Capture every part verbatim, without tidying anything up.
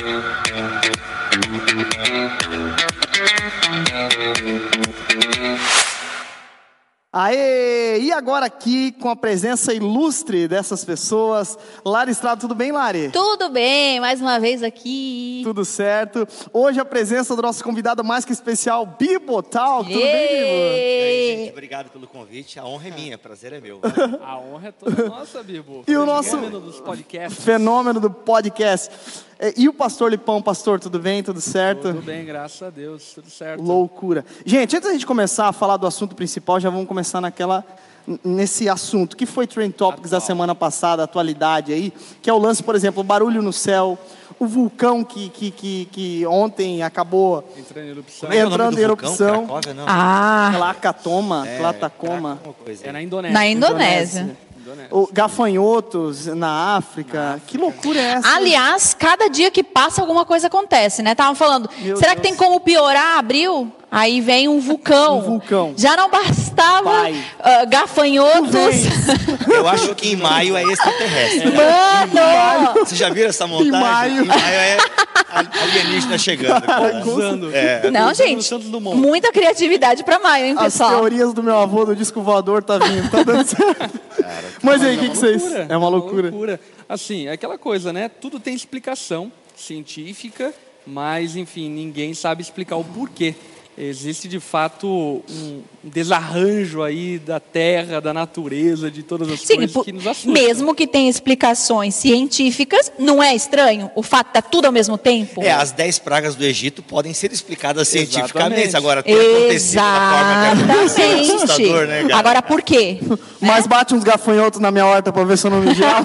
Aê! E agora aqui com a presença ilustre dessas pessoas. Lari Estrada, tudo bem, Lari? Tudo bem, mais uma vez aqui. Tudo certo. Hoje a presença do nosso convidado mais que especial, Bibo Talk. Tudo bem, Bibo? E aí, gente, obrigado pelo convite. A honra é minha, prazer é meu. A honra é toda nossa, Bibo. E o nosso fenômeno dos podcasts. Fenômeno do podcast. E o pastor Lipão, pastor, tudo bem? Tudo certo? Tudo bem, graças a Deus, tudo certo. Loucura. Gente, antes da gente começar a falar do assunto principal, já vamos começar naquela, nesse assunto, que foi Trend Topics da semana passada, atualidade aí, que é o lance, por exemplo, o barulho no céu, o vulcão que, que, que, que ontem acabou entrando em erupção. Como é o entrando nome em do vulcão? erupção. Cracóvia, não? Ah, Tlacatoma, É, Tlatacoma. Craco, uma coisa É aí. na Indonésia. na Indonésia. Indonésia. O gafanhotos na África. Que loucura é essa? Aliás, cada dia que passa alguma coisa acontece, né? Estavam falando, Meu será Deus. que tem como piorar abril? Aí vem um vulcão. Um vulcão. Já não bastava Vai. ah, gafanhotos. Eu acho que em maio é extraterrestre. Mano! Vocês já viram essa montagem? Em maio. Em maio é alienígena chegando. cara. Usando. É. Não, Usando gente, o Santos Dumont. muita criatividade para maio, hein, As pessoal? teorias do meu avô do disco voador tá vindo, tá dando certo. Mas aí, o que, que vocês... Loucura, É uma loucura. loucura. Assim, é aquela coisa, né? Tudo tem explicação científica, mas, enfim, ninguém sabe explicar o porquê. Existe, de fato, um desarranjo aí da terra, da natureza, de todas as Sim, coisas por- que nos assustam. mesmo que tenha explicações científicas, não é estranho o fato de estar tudo ao mesmo tempo? É, as dez pragas do Egito podem ser explicadas cientificamente. Exatamente. Agora, tem acontecido da forma que aconteceu, é assustador, né, cara? Agora, por quê? Mas bate uns gafanhotos na minha horta pra ver se eu não me gelo.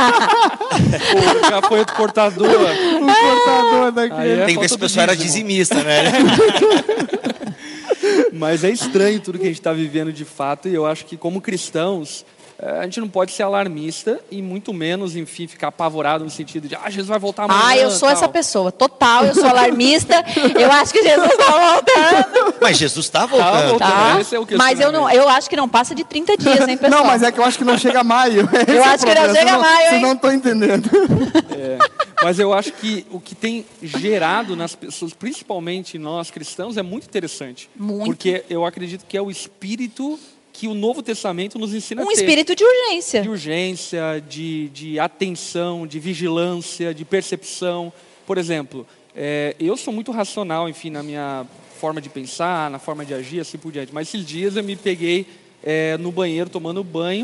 O gafanhoto cortador. O cortador daqui. Aí é Tem que ver se falta o pessoal era do dízimo. dizimista, né? Mas é estranho tudo que a gente está vivendo de fato, e eu acho que como cristãos, eh, a gente não pode ser alarmista e muito menos, enfim, ficar apavorado no sentido de, ah, Jesus vai voltar amanhã. Ah, eu sou tal. essa pessoa, total, eu sou alarmista, eu acho que Jesus está voltando. Mas Jesus está Tá voltando. voltando, Tá? esse é o Mas eu, não, eu acho que não passa de trinta dias, hein, pessoal? Não, mas é que eu acho que não chega a maio. Esse Eu é o acho que não problema. chega Vocês a maio, Vocês hein? não estão entendendo. É, mas eu acho que o que tem gerado nas pessoas, principalmente nós cristãos, é muito interessante. Muito. Porque eu acredito que é o espírito que o Novo Testamento nos ensina Um a ter. espírito de urgência. De urgência, de, de atenção, de vigilância, de percepção. Por exemplo, é, eu sou muito racional, enfim, na minha forma de pensar, na forma de agir, assim por diante. Mas esses dias eu me peguei é, no banheiro, tomando banho,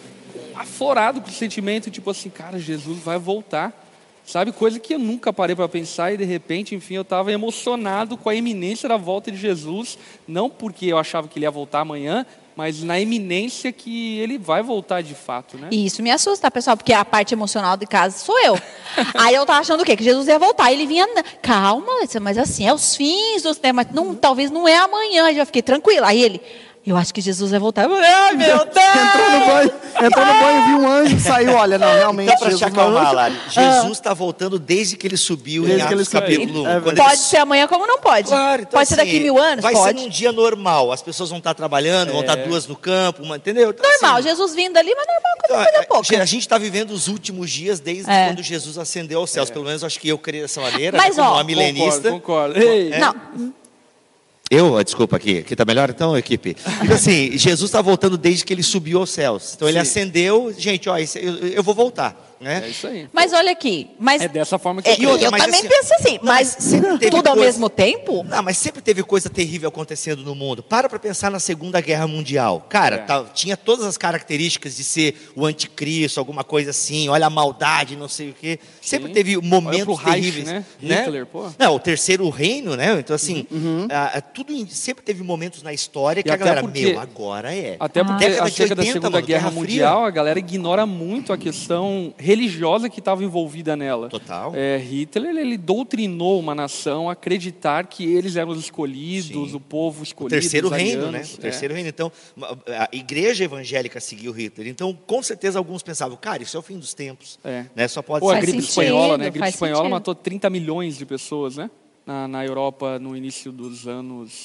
aflorado com o sentimento, tipo assim, cara, Jesus vai voltar. Sabe, coisa que eu nunca parei para pensar e de repente, enfim, eu estava emocionado com a iminência da volta de Jesus, não porque eu achava que ele ia voltar amanhã, mas na iminência que ele vai voltar de fato, né? E isso me assusta, pessoal, porque a parte emocional de casa sou eu. Aí eu tava achando o quê? Que Jesus ia voltar. Ele vinha, calma, mas assim, é os fins dos tempos, mas não, talvez não é amanhã. Eu já fiquei tranquila. Aí ele, eu acho que Jesus vai voltar. Eu falei, ai, meu Deus! Entrou no banho, entrou no banho, viu um anjo, saiu, olha, não, realmente. Então, para te Jesus acalmar, não- Lari, Jesus está voltando desde que ele subiu Desde em que ele Atos subiu. capítulo um. É Quando Pode ele- ser amanhã como não pode. Claro, então, pode ser assim, daqui mil anos? Vai Pode. ser num dia normal. As pessoas vão estar trabalhando, vão estar duas no campo, uma- entendeu? Então, Normal, assim, Jesus vindo ali, mas normal, então, coisa, coisa a- pouca. a gente está vivendo os últimos dias desde É. quando Jesus ascendeu aos céus. Pelo menos acho que eu creio dessa maneira, Mas, né, como ó, uma milenista. Concordo, concordo. Ei, É. Não, Eu, ah, desculpa aqui, aqui tá melhor então, equipe? Então, assim, Jesus está voltando desde que ele subiu aos céus. Então ele Sim. ascendeu, gente, ó, isso- eu, eu vou voltar, né? é isso aí. mas olha aqui, mas É dessa forma que é, eu creio. eu mas também assim, penso assim, não, mas mas sempre teve tudo ao coisa- mesmo tempo? Não, mas sempre teve coisa terrível acontecendo no mundo. Para para pensar na Segunda Guerra Mundial. Cara, É. tá- tinha todas as características de ser o anticristo, alguma coisa assim. Olha a maldade, não sei o quê. Sempre Sim. teve Olha momentos pro Reich, terríveis. né? Hitler, pô. Não, o terceiro reino, né? Então, assim, ah, tudo em- sempre teve momentos na história que E a até galera, porque- meu, agora é. Até porque Década de acerca da oitenta, Segunda mano, Guerra Guerra Fria. Mundial, a galera ignora muito a questão religiosa que estava envolvida nela. Total. É, Hitler, ele doutrinou uma nação a acreditar que eles eram os escolhidos, Sim. o povo O escolhido. terceiro os reino, né? arianos. O É. terceiro reino. Então, a igreja evangélica seguiu Hitler. Então, com certeza, alguns pensavam, cara, isso é o fim dos tempos. É. Né? Só pode Pô, a ser. Faz gripe sentido, espanhola, né? A gripe faz espanhola sentido. matou trinta milhões de pessoas, né? Na, na Europa, no início dos anos, sei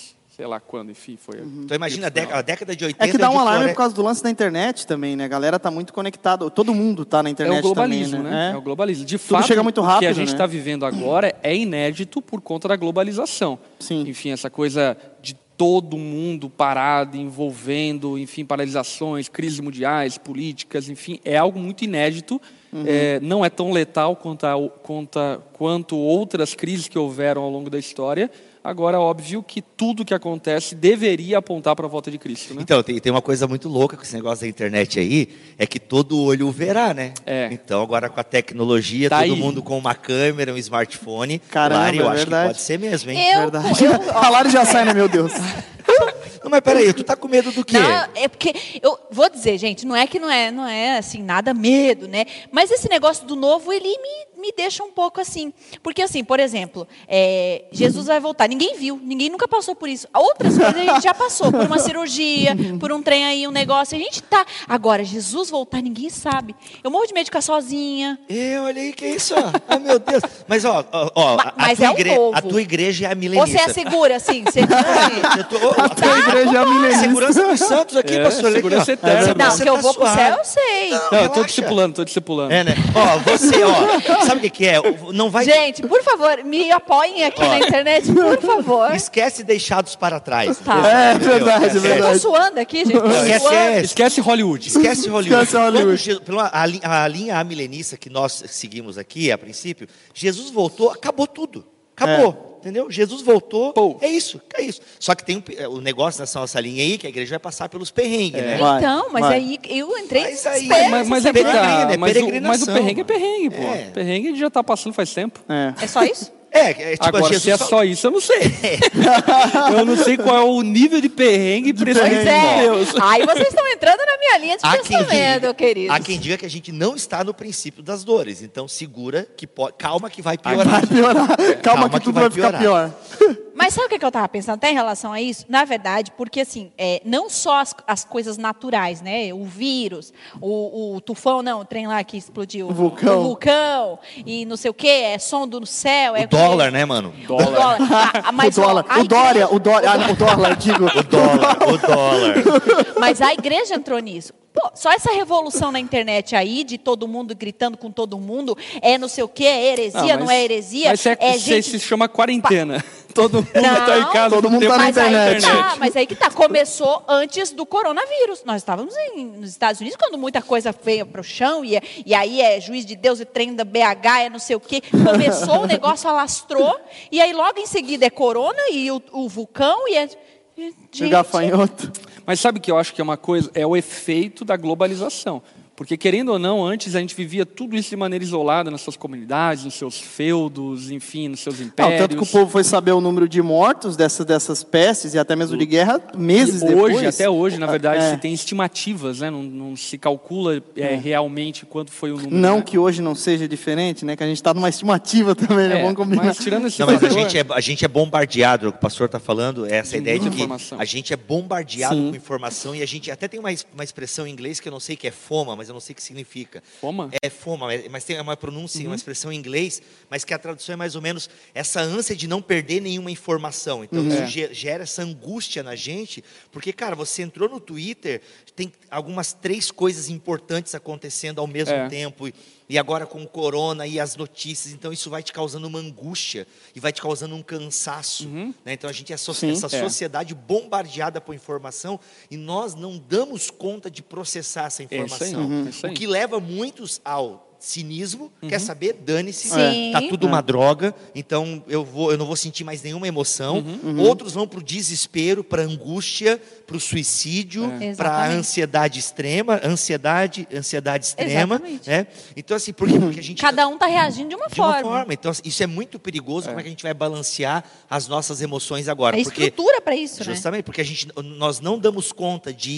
sei lá quando, enfim, foi. Então imagina a, década, a década de oitenta... É que dá um de alarme flore- por causa do lance da internet também, né? A galera tá muito conectada. Todo mundo tá na É internet o globalismo, também, né? né? É. o globalismo. De Tudo fato, chega muito o que rápido, a gente né? está vivendo agora é inédito por conta da globalização. Sim. Enfim, essa coisa de todo mundo parado, envolvendo, enfim, paralisações, crises mundiais, políticas, enfim, é algo muito inédito. Uhum. É, não é tão letal quanto, a, quanto, quanto outras crises que houveram ao longo da história. Agora, óbvio que tudo que acontece deveria apontar para a volta de Cristo, né? Então, tem, tem uma coisa muito louca com esse negócio da internet aí, é que todo olho o verá, né? É. Então, agora com a tecnologia, Tá todo aí. mundo com uma câmera, um smartphone. Caramba, Lari, eu é acho verdade. que pode ser mesmo, hein? Eu, Verdade. eu, A Lari já sai, né, meu Deus? Não, mas peraí, tu tá com medo do quê? Não, é porque eu vou dizer, gente, não é que não é, não é assim nada medo, né? Mas esse negócio do novo, ele me, me deixa um pouco assim, porque assim, por exemplo, é, Jesus vai voltar, ninguém viu, ninguém nunca passou por isso. Outras coisas a gente já passou, por uma cirurgia, por um trem aí, um negócio, a gente tá. Agora Jesus voltar, ninguém sabe. Eu morro de medo de ficar sozinha. Ê, olha aí, que isso? Ó. Oh, meu Deus. Mas, ó, ó, ó Ma- a, mas tua é o igre- povo. a tua igreja é a Ou milenista. você é segura assim? Você... Eu tô, ó, A tua igreja é a milenista. segurança dos santos aqui, É, pastor. segurança Legal. eterna. Não, Você que eu tá vou pro suave. céu, eu sei. Não, Não, eu estou relaxa. discipulando, estou discipulando. É, né? Ó, você, ó, sabe o que que é? Não vai... Gente, por favor, me apoiem aqui na internet, por favor. Esquece deixados para trás. Tá. É Entendeu? verdade, é sério. Eu tô verdade. suando aqui, gente. Tô Esquece, suando. é, Esquece Hollywood. esquece Hollywood. Esquece Hollywood. Quando Je- pela- a, li- a linha amilenista que nós seguimos aqui, a princípio, Jesus voltou, acabou tudo. Acabou. Entendeu? Jesus voltou, Pô. é isso, é isso. Só que tem um, pe- o negócio nessa nossa linha aí, que a igreja vai passar pelos perrengues, né? Vai, Então, mas vai. aí eu entrei Mas aí- desespero. Mas, mas é Peregrina, verdade. é Mas, o, mas o peregrinação, perrengue é mano. perrengue, pô. É. Perrengue a gente já está passando faz tempo. É. É só isso? É, é tipo, Agora, Jesus se é fala- só isso, eu não sei. eu não sei qual é o nível de perrengue para esse Pois de é. Deus. Aí vocês estão entrando na minha linha de Há quem, pensamento, diga, queridos. há quem diga que a gente não está no princípio das dores. Então segura, que pode, calma que vai Vai piorar. piorar. Calma, Calma que que tudo vai vai ficar piorar. pior. Mas sabe o que que eu estava pensando até em relação a isso? Na verdade, porque assim, é, não só as, as coisas naturais, né? O vírus, o, o tufão, não, o trem lá que explodiu. O vulcão. O vulcão, e não sei o quê, é som do céu. é O dólar, né, mano? O dólar. Ah, mas, o ó, dólar, a o Dória, igreja- o Dória, ah, não, o dólar, digo. O dólar, o dólar. Mas a igreja entrou nisso. Pô, só essa revolução na internet aí, de todo mundo gritando com todo mundo, é não sei o quê, é heresia, não, mas- é heresia. Mas é, é isso gente... se chama quarentena. Todo mundo Não, está em casa. todo com mundo tempo tá na Mas pra aí, que internet. tá, mas aí que tá, começou antes do coronavírus. Nós estávamos em, nos Estados Unidos quando muita coisa veio para o chão, e, e aí é juiz de Deus e trem da B H, é não sei o quê. Começou, o negócio alastrou, e aí logo em seguida é corona e o, o vulcão, e é... E o Gente, gafanhoto. Mas sabe que eu acho que é uma coisa? É o efeito da globalização. Porque, querendo ou não, antes a gente vivia tudo isso de maneira isolada nas suas comunidades, nos seus feudos, enfim, nos seus Não, impérios. tanto que o povo foi saber o número de mortos dessas, dessas pestes e até mesmo de guerra meses E depois. hoje, até hoje, na verdade, É. se tem estimativas, né? não, não se calcula é, realmente quanto foi o número. Não né? que hoje não seja diferente, né? Que a gente está numa estimativa também, né? É, Vamos combinar. mas tirando esse Não, mas a fator, gente, é, a gente é bombardeado, o que o pastor está falando, é essa De ideia de muita que informação. a gente é bombardeado Sim. com informação e a gente até tem uma, es- uma expressão em inglês que eu não sei que é FOMA, mas eu não sei o que significa. Foma? É FOMA, mas- mas tem uma pronúncia, Uhum. uma expressão em inglês, mas que a tradução é mais ou menos essa ânsia de não perder nenhuma informação. Então isso É. ge- gera essa angústia na gente, porque, cara, você entrou no Twitter, tem algumas três coisas importantes acontecendo ao mesmo É. tempo, e, e agora com o corona e as notícias, então isso vai te causando uma angústia e vai te causando um cansaço. Uhum. Né? Então a gente é so- Sim. essa É. sociedade bombardeada por informação e nós não damos conta de processar essa É isso aí, informação. uhum. é isso O aí. que leva muitos ao cinismo, Uhum. quer saber, dane-se, Sim. tá tudo É. uma droga, então eu, vou, eu não vou sentir mais nenhuma emoção. Uhum. Outros vão para o desespero, para a angústia, para o suicídio, É. para a Exatamente. ansiedade extrema, ansiedade, ansiedade extrema. Exatamente. Né? Então, assim, por quê? Porque a gente Cada um está reagindo de uma de uma forma. forma. Então, assim, isso é muito perigoso. Como é que a gente vai balancear as nossas emoções agora? É Porque estrutura para isso, né? justamente porque a gente, nós não damos conta de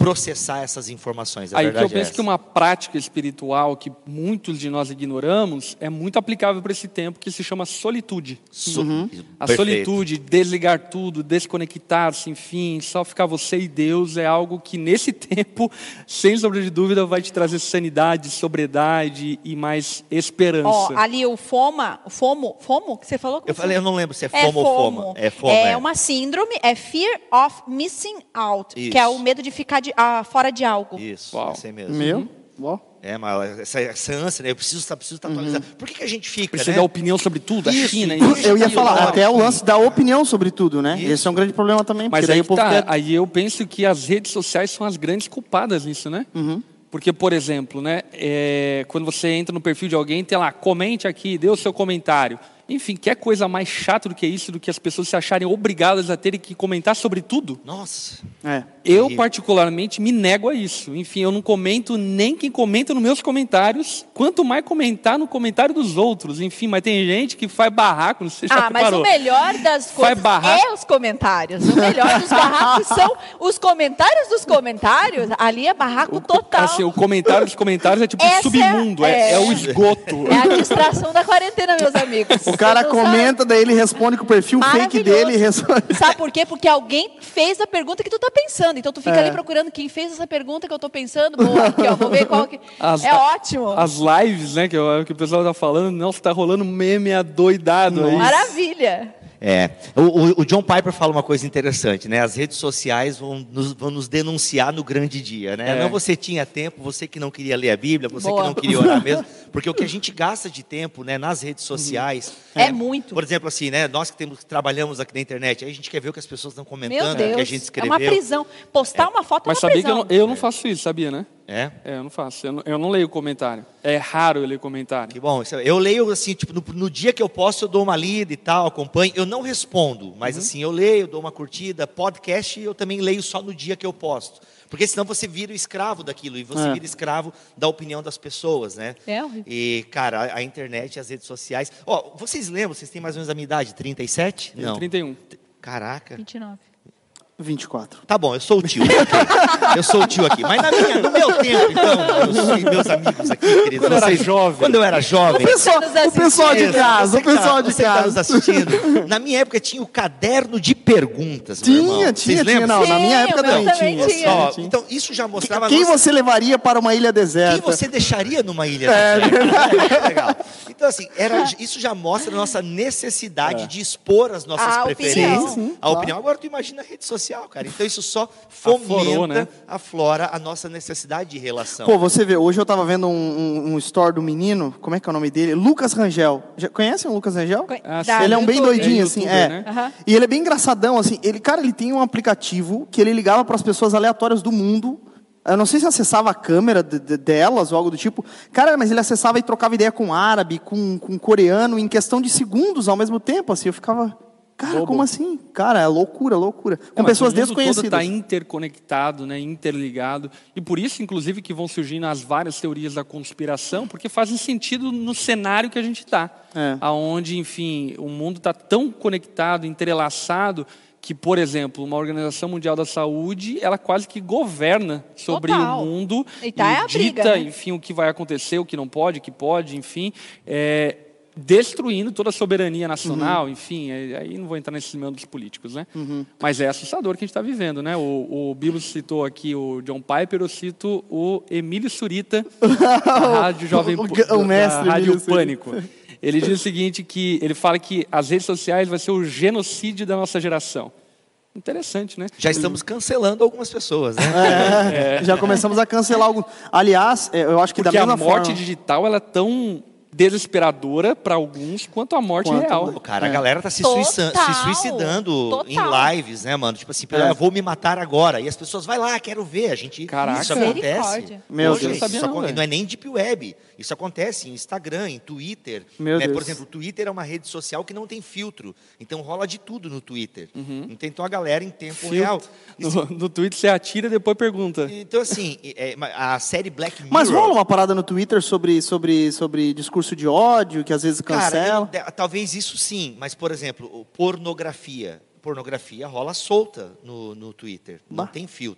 processar essas informações. A Aí que eu verdade é penso essa. que uma prática espiritual que muitos de nós ignoramos é muito aplicável para esse tempo, que se chama solitude. So- A Perfeito. solitude, desligar tudo, desconectar-se, enfim, só ficar você e Deus é algo que nesse tempo, sem sombra de dúvida, vai te trazer sanidade, sobriedade e mais esperança. Ó, ali o FOMA, o FOMO, FOMO que você falou? Eu falei, eu não lembro se é É FOMO ou FOMO. FOMA. É FOMO, É é. uma síndrome, é Fear of Missing Out, Isso. que é o medo de ficar de, ah, fora de algo. Isso, Uau. é assim mesmo. Meu? Ó. É, mas essa, essa ânsia, né? Eu preciso estar, preciso estar atualizado. Por que, que a gente fica, Precisa né? dar opinião sobre tudo, a Isso, China. isso. isso, Eu ia aquilo, falar, lá. até o lance da opinião sobre tudo, né? Isso. Esse é um grande problema também, porque Mas daí aí, o povo tá, quer... aí eu penso que as redes sociais são as grandes culpadas nisso, né? Porque, por exemplo, né, é, quando você entra no perfil de alguém, tem lá, comente aqui, dê o seu comentário. Enfim, quer coisa mais chata do que isso, do que as pessoas se acharem obrigadas a terem que comentar sobre tudo? Nossa. É. Eu, Terrível. particularmente, me nego a isso. Enfim, eu não comento nem quem comenta nos meus comentários, quanto mais comentar no comentário dos outros. Enfim, mas tem gente que faz barraco, não sei se já Ah, mas reparou. o melhor das Faz coisas barraco. é os comentários. O melhor dos barracos são os comentários dos comentários. Ali é barraco total. Assim, o comentário dos comentários é tipo Essa é- submundo, é, é. é o esgoto. É a distração da quarentena, meus amigos. O cara Vocês não comenta, daí ele responde com o perfil fake Maravilhoso. dele e responde. Sabe por quê? Porque alguém fez a pergunta que tu tá pensando. Então tu fica É. ali procurando quem fez essa pergunta que eu tô pensando. Boa, aqui, ó. Vou ver qual que. As- É ótimo. As lives, né, que, eu- que o pessoal tá falando, nossa, tá rolando meme adoidado aí. Maravilha. É. O, o- o John Piper fala uma coisa interessante, né? As redes sociais vão nos, vão nos denunciar no grande dia, né? É. Não você tinha tempo, você que não queria ler a Bíblia, você Boa. que não queria orar mesmo, porque o que a gente gasta de tempo, né, nas redes sociais, É né, muito. Por exemplo, assim, né? Nós que temos, trabalhamos aqui na internet, aí a gente quer ver o que as pessoas estão Meu comentando, o Deus. que a gente É escreveu. uma prisão. Postar uma foto Mas é uma sabia que eu prisão. não, eu não faço isso, sabia, né? É. É, eu não faço. Eu não, eu não leio comentário. É raro eu ler comentário. Que bom. Isso é- Eu leio assim, tipo, no, no dia que eu posso, eu dou uma lida e tal, acompanho. Eu não respondo, mas assim, eu leio, dou uma curtida. Podcast eu também leio só no dia que eu posto. Porque senão você vira o escravo daquilo e você É. vira escravo da opinião das pessoas, né? É horrível. E, cara, a, a internet, as redes sociais. Ó, vocês lembram, vocês têm mais ou menos a minha idade? trinta e sete? Tenho Não. trinta e um. Caraca. vinte e nove. vinte e quatro. Tá bom, eu sou o tio. ok. Eu sou o tio aqui. Mas na minha, no meu tempo, então, meus, meus amigos aqui, queridos. Quando eu era vocês- jovem. Quando eu era jovem. O pessoal, Você o pessoal de Isso, casa, você o que tá- pessoal de você que tá nos casa. assistindo. Na minha época tinha o caderno de perguntas, meu irmão. Tinha, Vocês tinha, tinha. lembram? Não, na minha Sim, época o meu também também tinha. tinha. Ó, Tinha. então, isso já mostrava... a Quem nossa- você levaria para uma ilha Quem deserta? você deixaria numa ilha deserta? É, legal. Então, assim, era, isso já mostra a nossa necessidade de expor as nossas A preferências. opinião. Sim, sim, a claro. opinião. Agora, tu imagina a rede social, cara. Então, isso só Aflorou, fomenta, né? aflora a nossa necessidade de relação. Pô, você vê, hoje eu tava vendo um, um, um story do menino, como é que é o nome dele? Lucas Rangel. Já conhecem o Lucas Rangel? Ah, Da sim. Ele é um bem YouTube. doidinho, É assim, youtuber, é. né? Aham. E ele é bem engraçadão, assim. Ele, cara, ele tem um aplicativo que ele ligava para as pessoas aleatórias do mundo. Eu não sei se acessava a câmera de- de- delas ou algo do tipo. Cara, mas ele acessava e trocava ideia com árabe, com, com coreano, em questão de segundos ao mesmo tempo, assim. Eu ficava, cara, Bobo. como assim? Cara, é loucura, loucura. Com É, mas pessoas o mundo desconhecidas. todo está interconectado, né, interligado. E por isso, inclusive, que vão surgindo as várias teorias da conspiração, porque fazem sentido no cenário que a gente está. É. Onde, enfim, o mundo está tão conectado, entrelaçado, que, por exemplo, uma Organização Mundial da Saúde, ela quase que governa sobre Total. o mundo E tá é a dita, briga, né? enfim, o que vai acontecer, o que não pode, o que pode, enfim, é, destruindo toda a soberania nacional, enfim, é- aí não vou entrar nesse meio dos políticos, né? Mas é assustador que a gente está vivendo, né? O, o Bibo citou aqui o John Piper, eu cito o Emílio Surita, da Rádio Jovem O- o- Pan- o mestre da Rádio Emílio Surita. Pânico. Ele diz o seguinte, que ele fala que as redes sociais vai ser o genocídio da nossa geração. Interessante, né? Já estamos cancelando algumas pessoas, né? É, já começamos a cancelar algo. Aliás, é, eu acho que Porque da a mesma morte forma... digital ela é tão desesperadora para alguns quanto a morte Quanto- real. Pô, cara, É. a galera tá se, Total. suiça- se suicidando Total. em lives, né, mano? Tipo assim, É. eu vou me matar agora. E as pessoas, vai lá, quero ver. A gente, Caraca. isso acontece. Misericórdia. Meu Hoje, Deus. isso Eu não sabia não, acon- velho. não é nem Deep Web. Isso acontece em Instagram, em Twitter. Meu né? Deus. Por exemplo, o Twitter é uma rede social que não tem filtro. Então rola de tudo no Twitter. Uhum. Então a galera em tempo real. No, no Twitter você atira e depois pergunta. Então, assim, é, a série Black Mirror... Mas rola uma parada no Twitter sobre, sobre, sobre discurso de ódio, que às vezes Cara, eu cancela. não- de- talvez isso sim, mas, por exemplo, o pornografia. Pornografia rola solta no, no Twitter, não Bah. tem filtro.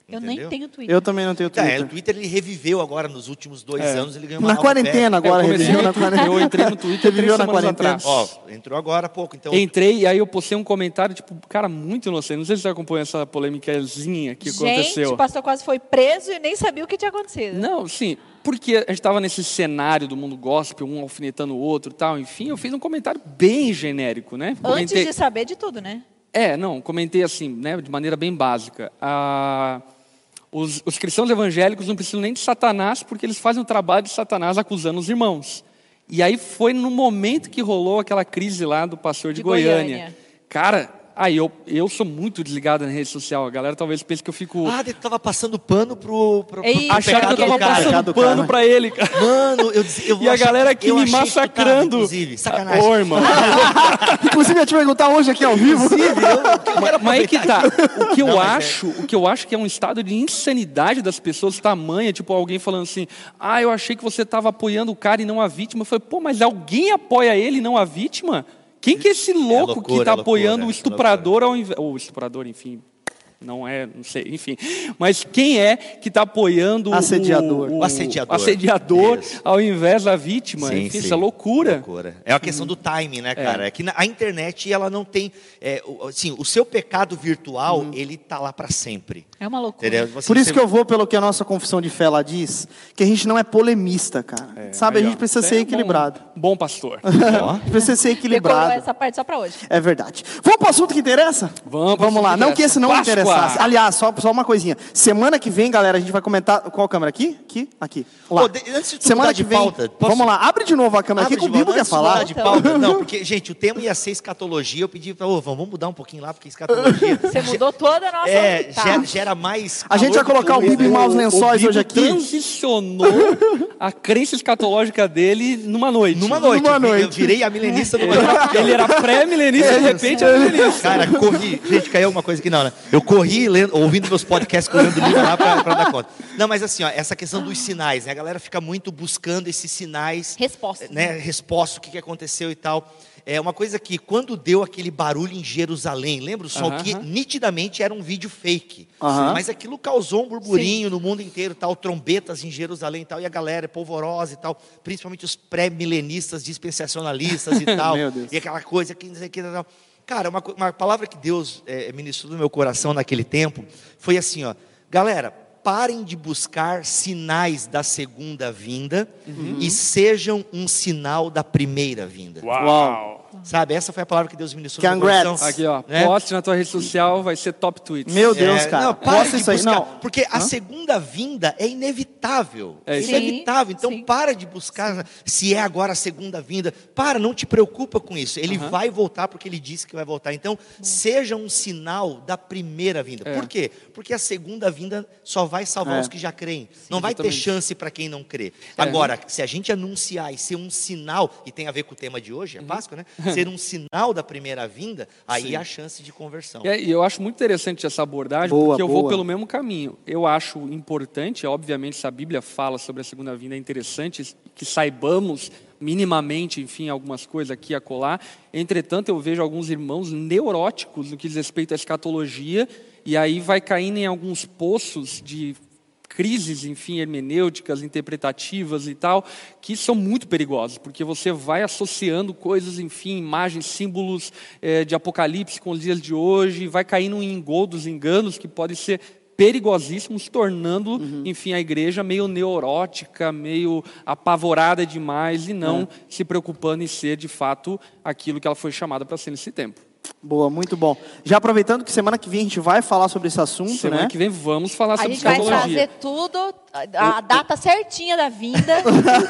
Eu entendeu? nem tenho Twitter. Eu também não tenho É, Twitter. o Twitter ele reviveu agora nos últimos dois É. anos, ele ganhou uma Na nova quarentena febre. agora, É, eu comecei reviveu na no- quarentena. eu entrei no Twitter Reviveu três na semanas quarentena. atrás. Ó, entrou agora há pouco, então... Entrei e aí eu postei um comentário, tipo, cara, muito inocente. Não sei se você acompanha essa polêmicazinha que Gente, aconteceu. o pastor quase foi preso e nem sabia o que tinha acontecido. Não, sim, porque a gente estava nesse cenário do mundo gospel, um alfinetando o outro e tal, enfim, eu fiz um comentário bem genérico, né? Antes Comentei- de saber de tudo, né? É, não, comentei assim, né, de maneira bem básica. Ah, os, os cristãos evangélicos não precisam nem de Satanás, porque eles fazem o trabalho de Satanás acusando os irmãos. E aí foi no momento que rolou aquela crise lá do pastor de, De Goiânia. Goiânia. Cara, aí eu, eu sou muito desligado na rede social. A galera talvez pense que eu fico... Ah, ele tava passando pano pro, pro, pro, Ei, pro Acharam que eu pecado tava do cara. passando Pecado do pano cara. pra ele, cara. Mano, eu, disse- eu vou E a achar galera que- aqui eu me achei que tu tava, massacrando. inclusive, sacanagem. Ô, irmão. Inclusive, eu ia te perguntar hoje aqui ao vivo. Inclusive, eu, eu quero Mas aí que tá. O que eu Não, mas é- acho, o que eu acho que é um estado de insanidade das pessoas tamanha, tipo alguém falando assim: "Ah, eu achei que você estava apoiando o cara e não a vítima". Eu falei: "Pô, mas alguém apoia ele e não a vítima? Quem que é esse louco loucura, que está é apoiando loucura, o estuprador ao invés, ou o estuprador, enfim, não é, não sei, enfim. Mas quem é que está apoiando o- Assediador. o, O assediador. assediador Isso. ao invés da vítima? Sim, enfim, sim. isso é loucura. Loucura. É uma questão do timing, né, cara? É, que na, a internet, ela não tem... É, o- assim, o seu pecado virtual, ele tá lá para sempre. É uma loucura. Entendeu? Assim, Por isso você- que eu vou pelo que a nossa confissão de fé lá diz, que a gente não é polemista, cara. Sabe, Aí, a ó, gente precisa você ser é equilibrado. Bom, bom pastor. Ó. A gente precisa ser Decorou equilibrado. essa parte só pra hoje. É verdade. Vamos para o assunto que interessa? Vamos pro Vamos lá. assunto que Não que interessa. esse não Páscoa. interessasse. Aliás, só, só uma coisinha. Semana que vem, galera, a gente vai comentar... Qual câmera aqui? Aqui? Aqui. Lá. Ô, de- antes de tu Semana mudar que de vem... pauta, posso- Vamos lá. Abre de novo a câmera Abre aqui que o de Bibo volta. quer Antes de falar. mudar de pauta, não, porque, gente, o tema ia ser escatologia, eu pedi para, ô, vamos mudar um pouquinho lá, porque escatologia... Você mudou toda a nossa... É, Tá. gera, gera mais... A gente vai calor do colocar o que Bibo em maus O lençóis Bibo hoje aqui. transicionou a crença escatológica dele numa noite. Numa noite. Numa eu vi- Eu noite. virei a milenista numa Ele noite. era, ele era pré-milenista, de repente é milenista. Cara, corri. Gente, caiu alguma coisa aqui não, né? Eu corri lendo, ouvindo meus podcasts, correndo livro lá pra, pra dar conta. Não, mas assim, ó, essa questão dos sinais, né? A galera fica muito buscando esses sinais. Resposta. Né? Resposta, o que, que aconteceu e tal. É uma coisa que, quando deu aquele barulho em Jerusalém, lembra o som? Aham. Que nitidamente era um vídeo fake. Aham. Mas aquilo causou um burburinho no mundo inteiro, tal, trombetas em Jerusalém e tal, e a galera é polvorosa e tal, principalmente os pré-milenistas, dispensacionalistas e tal. Meu Deus. E aquela coisa que não sei o que, tal. Cara, uma, co- uma palavra que Deus é, ministrou no meu coração naquele tempo foi assim, ó, galera, parem de buscar sinais da segunda vinda e sejam um sinal da primeira vinda. Uau. Sabe, essa foi a palavra que Deus ministrou no meu Congrats. coração. Aqui, ó, Né? poste na tua rede social, vai ser top tweets. Meu Deus, É, cara. Não, para Posta de isso aí. buscar, Não. porque a segunda vinda é inevitável. É É isso. inevitável. Então Sim. para de buscar se é agora a segunda vinda. Para, não te preocupa com isso. Ele vai voltar porque ele disse que vai voltar. Então, seja um sinal da primeira vinda. É. Por quê? Porque a segunda vinda só vai salvar É. os que já creem. Não vai ter exatamente. chance para quem não crê. É. Agora, se a gente anunciar e ser um sinal, e tem a ver com o tema de hoje, é Páscoa, né? Ser um sinal da primeira vinda, aí Sim. há chance de conversão. E é- e eu acho muito interessante essa abordagem, Boa, porque eu vou boa. pelo mesmo caminho. Eu acho importante, obviamente, se a Bíblia fala sobre a segunda vinda, é interessante que saibamos minimamente, enfim, algumas coisas aqui a colar. Entretanto, eu vejo alguns irmãos neuróticos no que diz respeito à escatologia, e aí vai caindo em alguns poços de crises, enfim, hermenêuticas, interpretativas e tal, que são muito perigosas, porque você vai associando coisas, enfim, imagens, símbolos eh, de Apocalipse com os dias de hoje, vai caindo em engodos, enganos que podem ser perigosíssimos, tornando, enfim, a igreja meio neurótica, meio apavorada demais e não se preocupando em ser, de fato, aquilo que ela foi chamada para ser nesse tempo. Boa, muito bom. Já aproveitando que semana que vem a gente vai falar sobre esse assunto, Semana né? que vem vamos falar A sobre gente vai escatologia. trazer tudo, a, a data certinha da vinda.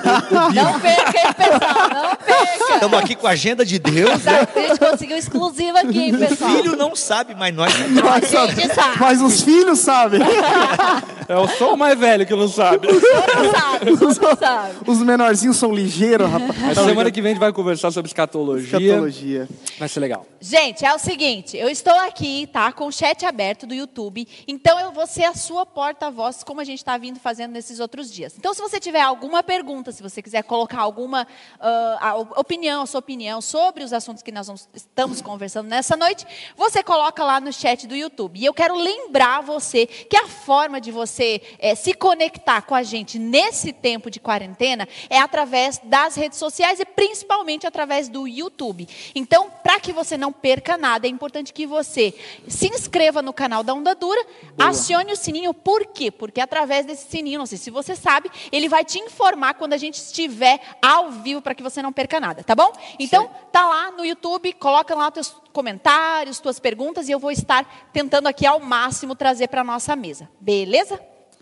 Não perca, hein, pessoal? Não perca. Estamos aqui com a agenda de Deus, né? A gente conseguiu exclusiva aqui, hein, O pessoal? filho não sabe, mas nós A gente sabe. Mas os filhos sabem. Eu sou o mais velho que não sabe. Todo mundo sabe, todo mundo sabe. Os menorzinhos são ligeiros, rapaz. Mas semana que vem a gente vai conversar sobre escatologia. Escatologia. Vai ser legal. Gente, é o seguinte, eu estou aqui, tá, com o chat aberto do YouTube, então eu vou ser a sua porta-voz, como a gente está vindo fazendo fazendo nesses outros dias. Então, se você tiver alguma pergunta, se você quiser colocar alguma uh, opinião, a sua opinião sobre os assuntos que nós vamos, estamos conversando nessa noite, você coloca lá no chat do YouTube. E eu quero lembrar você que a forma de você é, se conectar com a gente nesse tempo de quarentena é através das redes sociais e principalmente através do YouTube. Então, para que você não perca nada, é importante que você se inscreva no canal da Onda Dura, Boa. acione o sininho. Por quê? Porque através desse sininho, não sei se você sabe, ele vai te informar quando a gente estiver ao vivo para que você não perca nada, tá bom? Então, Sim. tá lá no YouTube, coloca lá os teus comentários, tuas perguntas e eu vou estar tentando aqui ao máximo trazer para a nossa mesa. Beleza?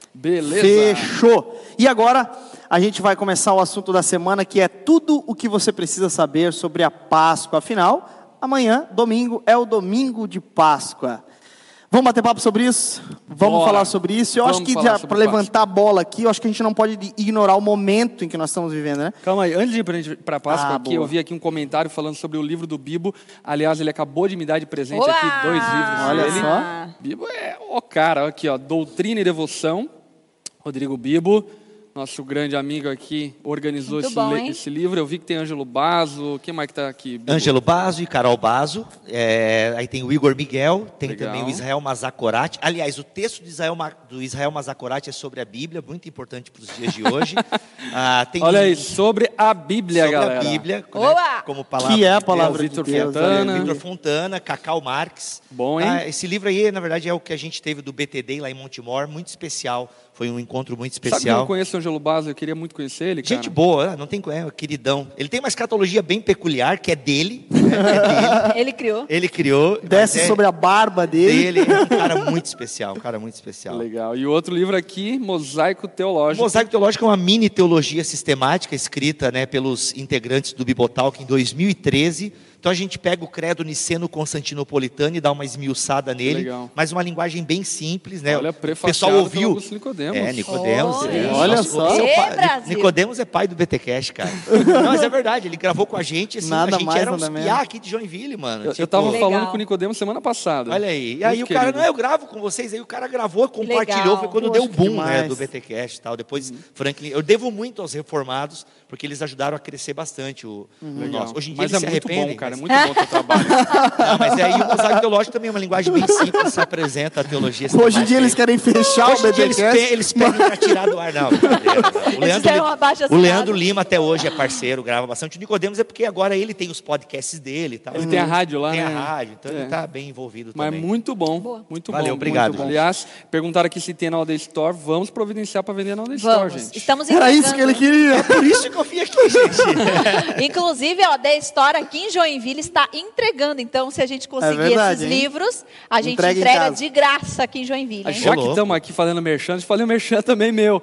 Beleza. Fechou. E agora a gente vai começar o assunto da semana, que é tudo o que você precisa saber sobre a Páscoa. Afinal, amanhã, domingo, é o domingo de Páscoa. Vamos bater papo sobre isso? Vamos Bora. falar sobre isso? Eu Vamos acho que, para levantar a bola aqui, eu acho que a gente não pode ignorar o momento em que nós estamos vivendo, né? Calma aí, antes de ir para a Páscoa, Ah, aqui, boa. eu vi aqui um comentário falando sobre o livro do Bibo. Aliás, ele acabou de me dar de presente Olá! aqui dois livros Olha dele. só. Bibo é o cara, aqui ó, Doutrina e Devoção, Rodrigo Bibo. Nosso grande amigo aqui organizou Muito esse, bom, li- hein? esse livro. Eu vi que tem Ângelo Basso. Quem mais que está aqui? Bibo? Ângelo Basso e Carol Basso. É, aí tem o Igor Miguel, tem Legal. também o Israel Mazakorati. Aliás, o texto do Israel, Ma- do Israel Mazakorati é sobre a Bíblia, muito importante para os dias de hoje. Ah, tem Olha um- aí, sobre a Bíblia, sobre galera. a Bíblia, né, Olá! como palavra Que é a de palavra Deus. de Vitor Deus. Fontana. aleluia. Vitor Fontana, Cacau Marques. Bom, hein? Ah, esse livro aí, na verdade, é o que a gente teve do B T D lá em Montemor, muito especial. Foi um encontro muito Sabe que eu especial. não conheço o Ângelo Basso? Eu queria muito conhecer ele, cara. Gente boa, ah, não tem é, queridão. Ele tem uma escatologia bem peculiar, que é dele. Né, que é dele. Ele criou. Ele criou. Desce mas é sobre a barba dele. dele. É um cara muito especial, um cara muito especial. Legal. E o outro livro aqui, Mosaico O Teológico. Mosaico Teológico é uma mini teologia sistemática escrita, né, pelos integrantes do Bibotalk em dois mil e treze. Então a gente pega o credo niceno-constantinopolitano e dá uma esmiuçada nele, Legal. mas uma linguagem bem simples, né? Olha, O prefaciado pessoal pelo ouviu. Augusto Nicodemos. É, Nicodemos. Olha. é. Olha Nosso- só. o seu Ê, pai- Brasil. Nicodemos é pai do B T Cast, cara. Não, mas é verdade, ele gravou com a gente, assim, Nada a gente mais, era uns nada piá menos. aqui de Joinville, mano. Eu, eu Tipo, tava Legal. falando com o Nicodemos semana passada. olha aí. E aí Muito o cara, querido. não, eu gravo com vocês, aí o cara gravou, compartilhou, legal. foi quando Poxa, deu o que boom, né, demais. do B T Cast e tal. Depois, Franklin, eu devo muito aos reformados, porque eles ajudaram a crescer bastante o, o Legal. nosso. Hoje em dia Mas eles é se muito arrependem. bom, cara. É mas- muito bom o teu trabalho. Não, mas aí o Mosaico Teológico também é uma linguagem bem simples, se apresenta a teologia Hoje em dia eles sistemática. querem fechar Hoje o em dia eles, BTcast. pe eles pedem pra tirar do ar, não. brincadeira, não. O, Eles Leandro, fizeram um abaixo o assinado. Leandro Lima até hoje é parceiro, grava bastante. O Nicodemos é porque agora ele tem os podcasts dele e tal. Ele tem a rádio lá, Tem né? a rádio, então É. ele está bem envolvido Mas também. muito bom. Boa. Muito Valeu, bom. obrigado, muito bom. gente. Aliás, perguntaram aqui se tem na All Day Store. Vamos providenciar para vender na All Day Store, Vamos. gente. Estamos Era entregando. isso que ele queria. Por isso que eu vim aqui, gente. Inclusive, ó, The Store aqui em Joinville está entregando. Então, se a gente conseguir verdade, esses hein? livros, a gente Entrega em entrega casa. de graça aqui em Joinville. Ah, Hein? Já Ô, que louco. estamos aqui falando merchan, falei o merchan também meu.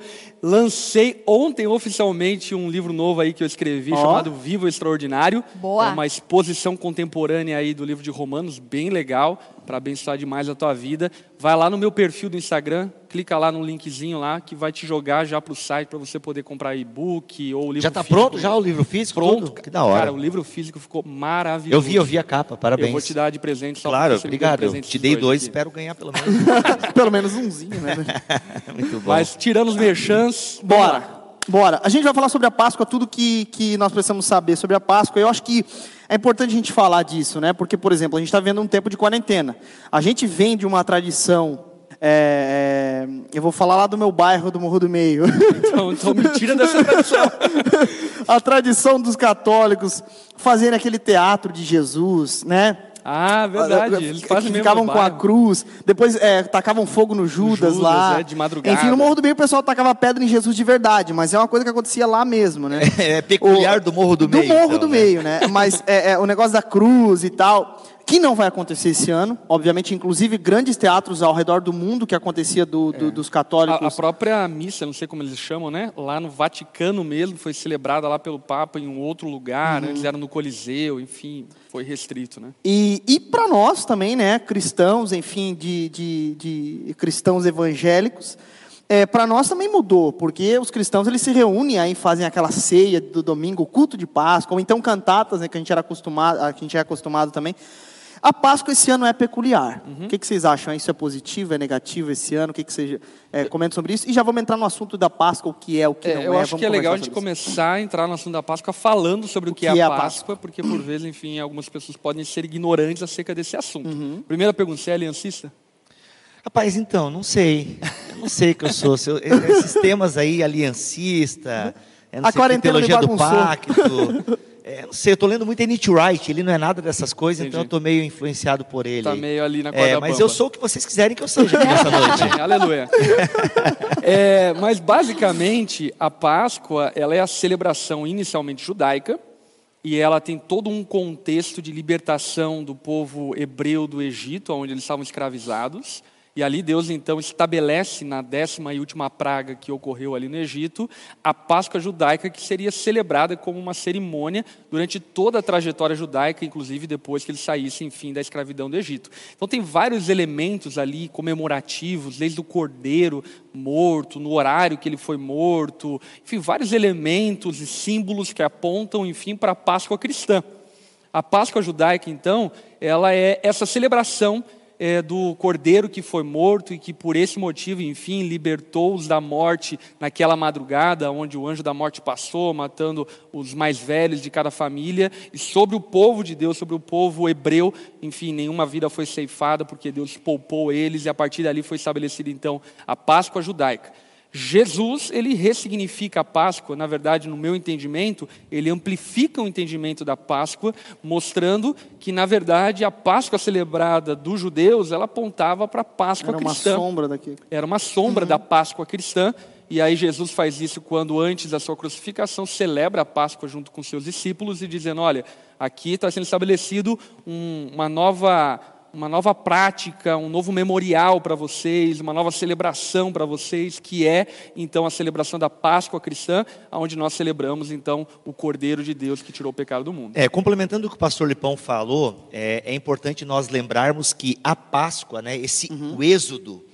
Lancei ontem oficialmente um livro novo aí que eu escrevi, Ó. chamado Vivo Extraordinário. Boa. É uma exposição contemporânea aí do livro de Romanos, bem legal, para abençoar demais a tua vida. Vai lá no meu perfil do Instagram, clica lá no linkzinho lá, que vai te jogar já para o site para você poder comprar e-book ou livro Já está físico. pronto já o livro físico? Pronto. Tudo? Que da hora. Cara, o livro físico ficou maravilhoso. Eu vi, eu vi a capa, parabéns. Eu vou te dar de presente só Claro, porque você me deu obrigado. de Eu presente te esses dei dois, aqui. espero ganhar pelo menos. Pelo menos umzinho, né? Muito bom. Mas tirando os merchans, vamos Bora, lá. bora. A gente vai falar sobre a Páscoa, tudo que, que nós precisamos saber sobre a Páscoa. Eu acho que é importante a gente falar disso, né? Porque, por exemplo, a gente está vendo um tempo de quarentena. A gente vem de uma tradição. é, é, eu vou falar lá do meu bairro, do Morro do Meio. Então, então me tira dessa tradição. A tradição dos católicos fazerem aquele teatro de Jesus, né? Ah, verdade. Eles Que fazem mesmo ficavam no com a bairro. cruz, depois é, tacavam fogo no Judas, Judas, lá. é, de madrugada. Enfim, no Morro do Meio o pessoal tacava pedra em Jesus de verdade, mas é uma coisa que acontecia lá mesmo, né? É peculiar O- do Morro do Meio. Do Morro então, do né? Meio, né? Mas é, é, o negócio da cruz e tal, que não vai acontecer esse ano. Obviamente, inclusive, grandes teatros ao redor do mundo que acontecia do, do- dos A, católicos. a própria missa, não sei como eles chamam, né? Lá no Vaticano mesmo, foi celebrada lá pelo Papa em um outro lugar, Uhum. né? Eles eram no Coliseu, enfim, foi restrito, né? E, e para nós também, né, cristãos, enfim, de, de, de cristãos evangélicos, é, para nós também mudou, porque os cristãos eles se reúnem aí, fazem aquela ceia do domingo, o culto de Páscoa, ou então cantatas, né, que a gente era acostumado, a gente é acostumado também. A Páscoa esse ano é peculiar. Uhum. O que, que vocês acham? Isso é positivo, é negativo esse ano? O que, que vocês é, comentam sobre isso? E já vamos entrar no assunto da Páscoa, o que é, o que é, não eu é. acho Vamos que é legal a gente isso. começar a entrar no assunto da Páscoa falando sobre o, o que, que é a Páscoa, Páscoa, porque por vezes, enfim, algumas pessoas podem ser ignorantes acerca desse assunto. Uhum. Primeira pergunta, você é aliancista? Rapaz, então, não sei. Eu não sei que eu sou. Se eu, esses temas aí, aliancista, é, não a sei, teologia do pacto. É, não sei, eu estou lendo muito Nietzsche Wright, ele não é nada dessas coisas, Entendi. Então eu estou meio influenciado por ele. Está meio ali na corda é, Mas eu sou o que vocês quiserem que eu seja aqui nessa noite. Aleluia. É, mas basicamente, a Páscoa, ela é a celebração inicialmente judaica, e ela tem todo um contexto de libertação do povo hebreu do Egito, onde eles estavam escravizados. E ali Deus, então, estabelece na décima e última praga que ocorreu ali no Egito, a Páscoa judaica, que seria celebrada como uma cerimônia durante toda a trajetória judaica, inclusive depois que eles saíssem, enfim, da escravidão do Egito. Então tem vários elementos ali comemorativos, desde o cordeiro morto, no horário que ele foi morto, enfim, vários elementos e símbolos que apontam, enfim, para a Páscoa cristã. A Páscoa judaica, então, ela é essa celebração É, do cordeiro que foi morto e que por esse motivo, enfim, libertou-os da morte naquela madrugada, onde o anjo da morte passou, matando os mais velhos de cada família, e sobre o povo de Deus, sobre o povo hebreu, enfim, nenhuma vida foi ceifada, porque Deus poupou eles, e a partir dali foi estabelecida, então, a Páscoa judaica. Jesus, ele ressignifica a Páscoa, na verdade, no meu entendimento, ele amplifica o entendimento da Páscoa, mostrando que, na verdade, a Páscoa celebrada dos judeus, ela apontava para a Páscoa cristã. Era uma sombra daqui. Era uma sombra uhum. da Páscoa cristã, e aí Jesus faz isso quando, antes da sua crucificação, celebra a Páscoa junto com seus discípulos e dizendo, olha, aqui está sendo estabelecido um, uma nova... uma nova prática, um novo memorial para vocês, uma nova celebração para vocês, que é, então, a celebração da Páscoa cristã, onde nós celebramos, então, o Cordeiro de Deus que tirou o pecado do mundo. É, complementando o que o pastor Lipão falou, é, é importante nós lembrarmos que a Páscoa, né, esse, uhum. o Êxodo,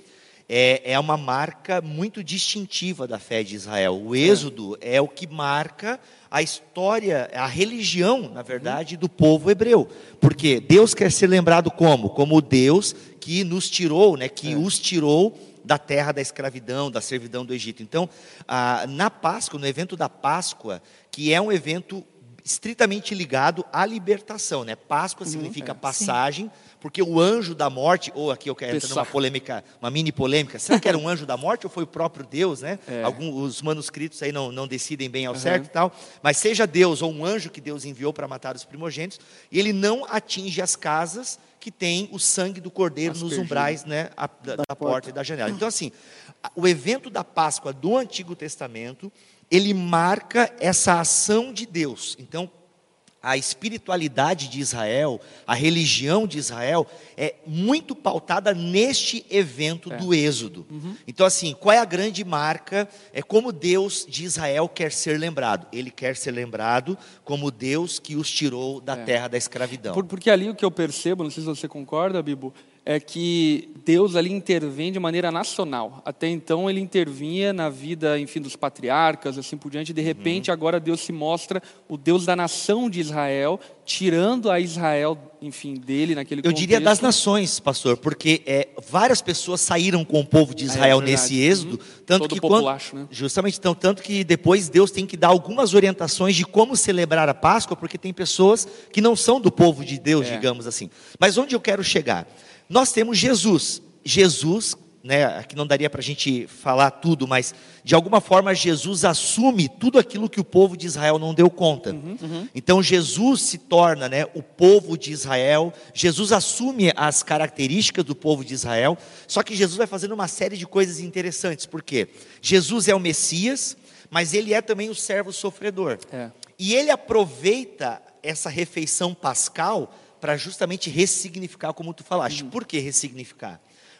é, é uma marca muito distintiva da fé de Israel. O Êxodo é, é o que marca a história, a religião, na verdade, do povo hebreu. Porque Deus quer ser lembrado como? Como o Deus que nos tirou, né, que é. os tirou da terra da escravidão, da servidão do Egito. Então, ah, na Páscoa, no evento da Páscoa, que é um evento estritamente ligado à libertação, né? Páscoa uhum, significa é. passagem, sim. porque o anjo da morte, ou aqui eu quero entrar numa polêmica, uma mini polêmica, será que era um anjo da morte ou foi o próprio Deus, né? É. Alguns os manuscritos aí não, não decidem bem ao uhum. certo e tal, mas seja Deus ou um anjo que Deus enviou para matar os primogênitos, e ele não atinge as casas que tem o sangue do cordeiro As nos perdido. umbrais, né, a, da, da, da porta. porta e da janela. Então, assim, o evento da Páscoa do Antigo Testamento, ele marca essa ação de Deus. Então, a espiritualidade de Israel, a religião de Israel, é muito pautada neste evento é. do Êxodo. Uhum. Então, assim, qual é a grande marca? É como Deus de Israel quer ser lembrado. Ele quer ser lembrado como Deus que os tirou da é. terra da escravidão. Por, porque ali o que eu percebo, não sei se você concorda, Bibo, é que Deus ali intervém de maneira nacional. Até então ele intervinha na vida, enfim, dos patriarcas, assim por diante. De repente, uhum. agora Deus se mostra o Deus da nação de Israel, tirando a Israel, enfim, dele naquele contexto. Eu diria das nações, pastor, porque é, várias pessoas saíram com o povo de Israel é, é nesse êxodo, uhum. tanto Todo que populacho, quando, né? justamente então, tanto que depois Deus tem que dar algumas orientações de como celebrar a Páscoa, porque tem pessoas que não são do povo de Deus, é. digamos assim. Mas onde eu quero chegar? Nós temos Jesus, Jesus, né, aqui não daria para a gente falar tudo, mas de alguma forma Jesus assume tudo aquilo que o povo de Israel não deu conta. Uhum, uhum. Então Jesus se torna, né, o povo de Israel, Jesus assume as características do povo de Israel, só que Jesus vai fazendo uma série de coisas interessantes, porque Jesus é o Messias, mas ele é também o servo sofredor. É. E ele aproveita essa refeição pascal para justamente ressignificar, como tu falaste. Uhum. Por que ressignificar?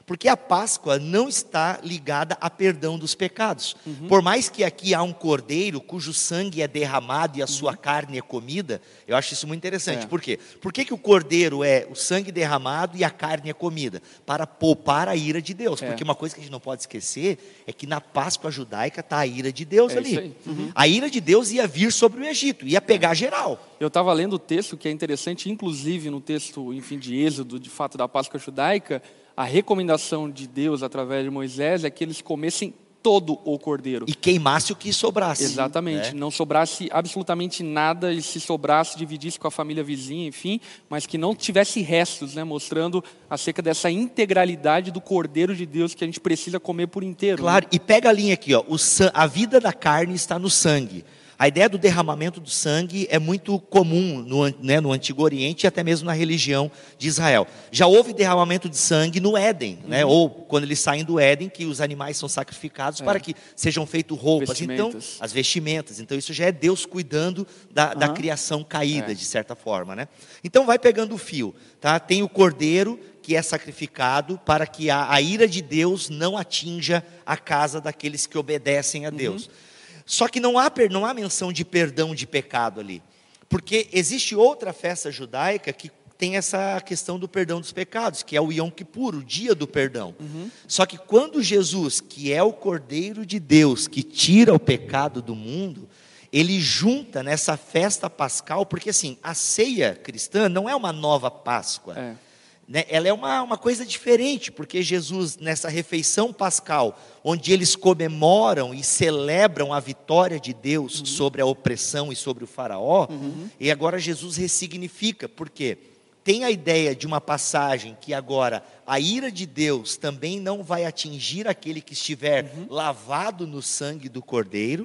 Porque a Páscoa não está ligada a perdão dos pecados. Uhum. Por mais que aqui há um cordeiro cujo sangue é derramado e a sua uhum. carne é comida, eu acho isso muito interessante. É. Por quê? Por que, que o cordeiro é o sangue derramado e a carne é comida? Para poupar a ira de Deus. É. Porque uma coisa que a gente não pode esquecer é que na Páscoa judaica está a ira de Deus é ali. Uhum. A ira de Deus ia vir sobre o Egito, ia pegar geral. Eu estava lendo o texto que é interessante, inclusive no texto, enfim, de Êxodo, de fato da Páscoa judaica, a recomendação de Deus através de Moisés é que eles comessem todo o cordeiro. E queimasse o que sobrasse. Exatamente, né? Não sobrasse absolutamente nada, e se sobrasse, dividisse com a família vizinha, enfim, mas que não tivesse restos, né? Mostrando acerca dessa integralidade do cordeiro de Deus que a gente precisa comer por inteiro. Claro, né? E pega a linha aqui, ó, o san... a vida da carne está no sangue. A ideia do derramamento do sangue é muito comum no, né, no Antigo Oriente e até mesmo na religião de Israel. Já houve derramamento de sangue no Éden, uhum. né, ou quando eles saem do Éden, que os animais são sacrificados é. para que sejam feitas roupas. Então, as vestimentas. Então, isso já é Deus cuidando da, uhum. da criação caída, é. de certa forma. Né? Então, vai pegando o fio. Tá? Tem o cordeiro que é sacrificado para que a, a ira de Deus não atinja a casa daqueles que obedecem a Deus. Uhum. Só que não há, não há menção de perdão de pecado ali. Porque existe outra festa judaica que tem essa questão do perdão dos pecados, que é o Yom Kippur, o dia do perdão. Uhum. Só que quando Jesus, que é o Cordeiro de Deus, que tira o pecado do mundo, ele junta nessa festa pascal, porque assim, a ceia cristã não é uma nova Páscoa. É. Né? Ela é uma, uma coisa diferente, porque Jesus, nessa refeição pascal, onde eles comemoram e celebram a vitória de Deus uhum. sobre a opressão e sobre o faraó, uhum. e agora Jesus ressignifica, porque tem a ideia de uma passagem que agora a ira de Deus também não vai atingir aquele que estiver uhum. lavado no sangue do Cordeiro,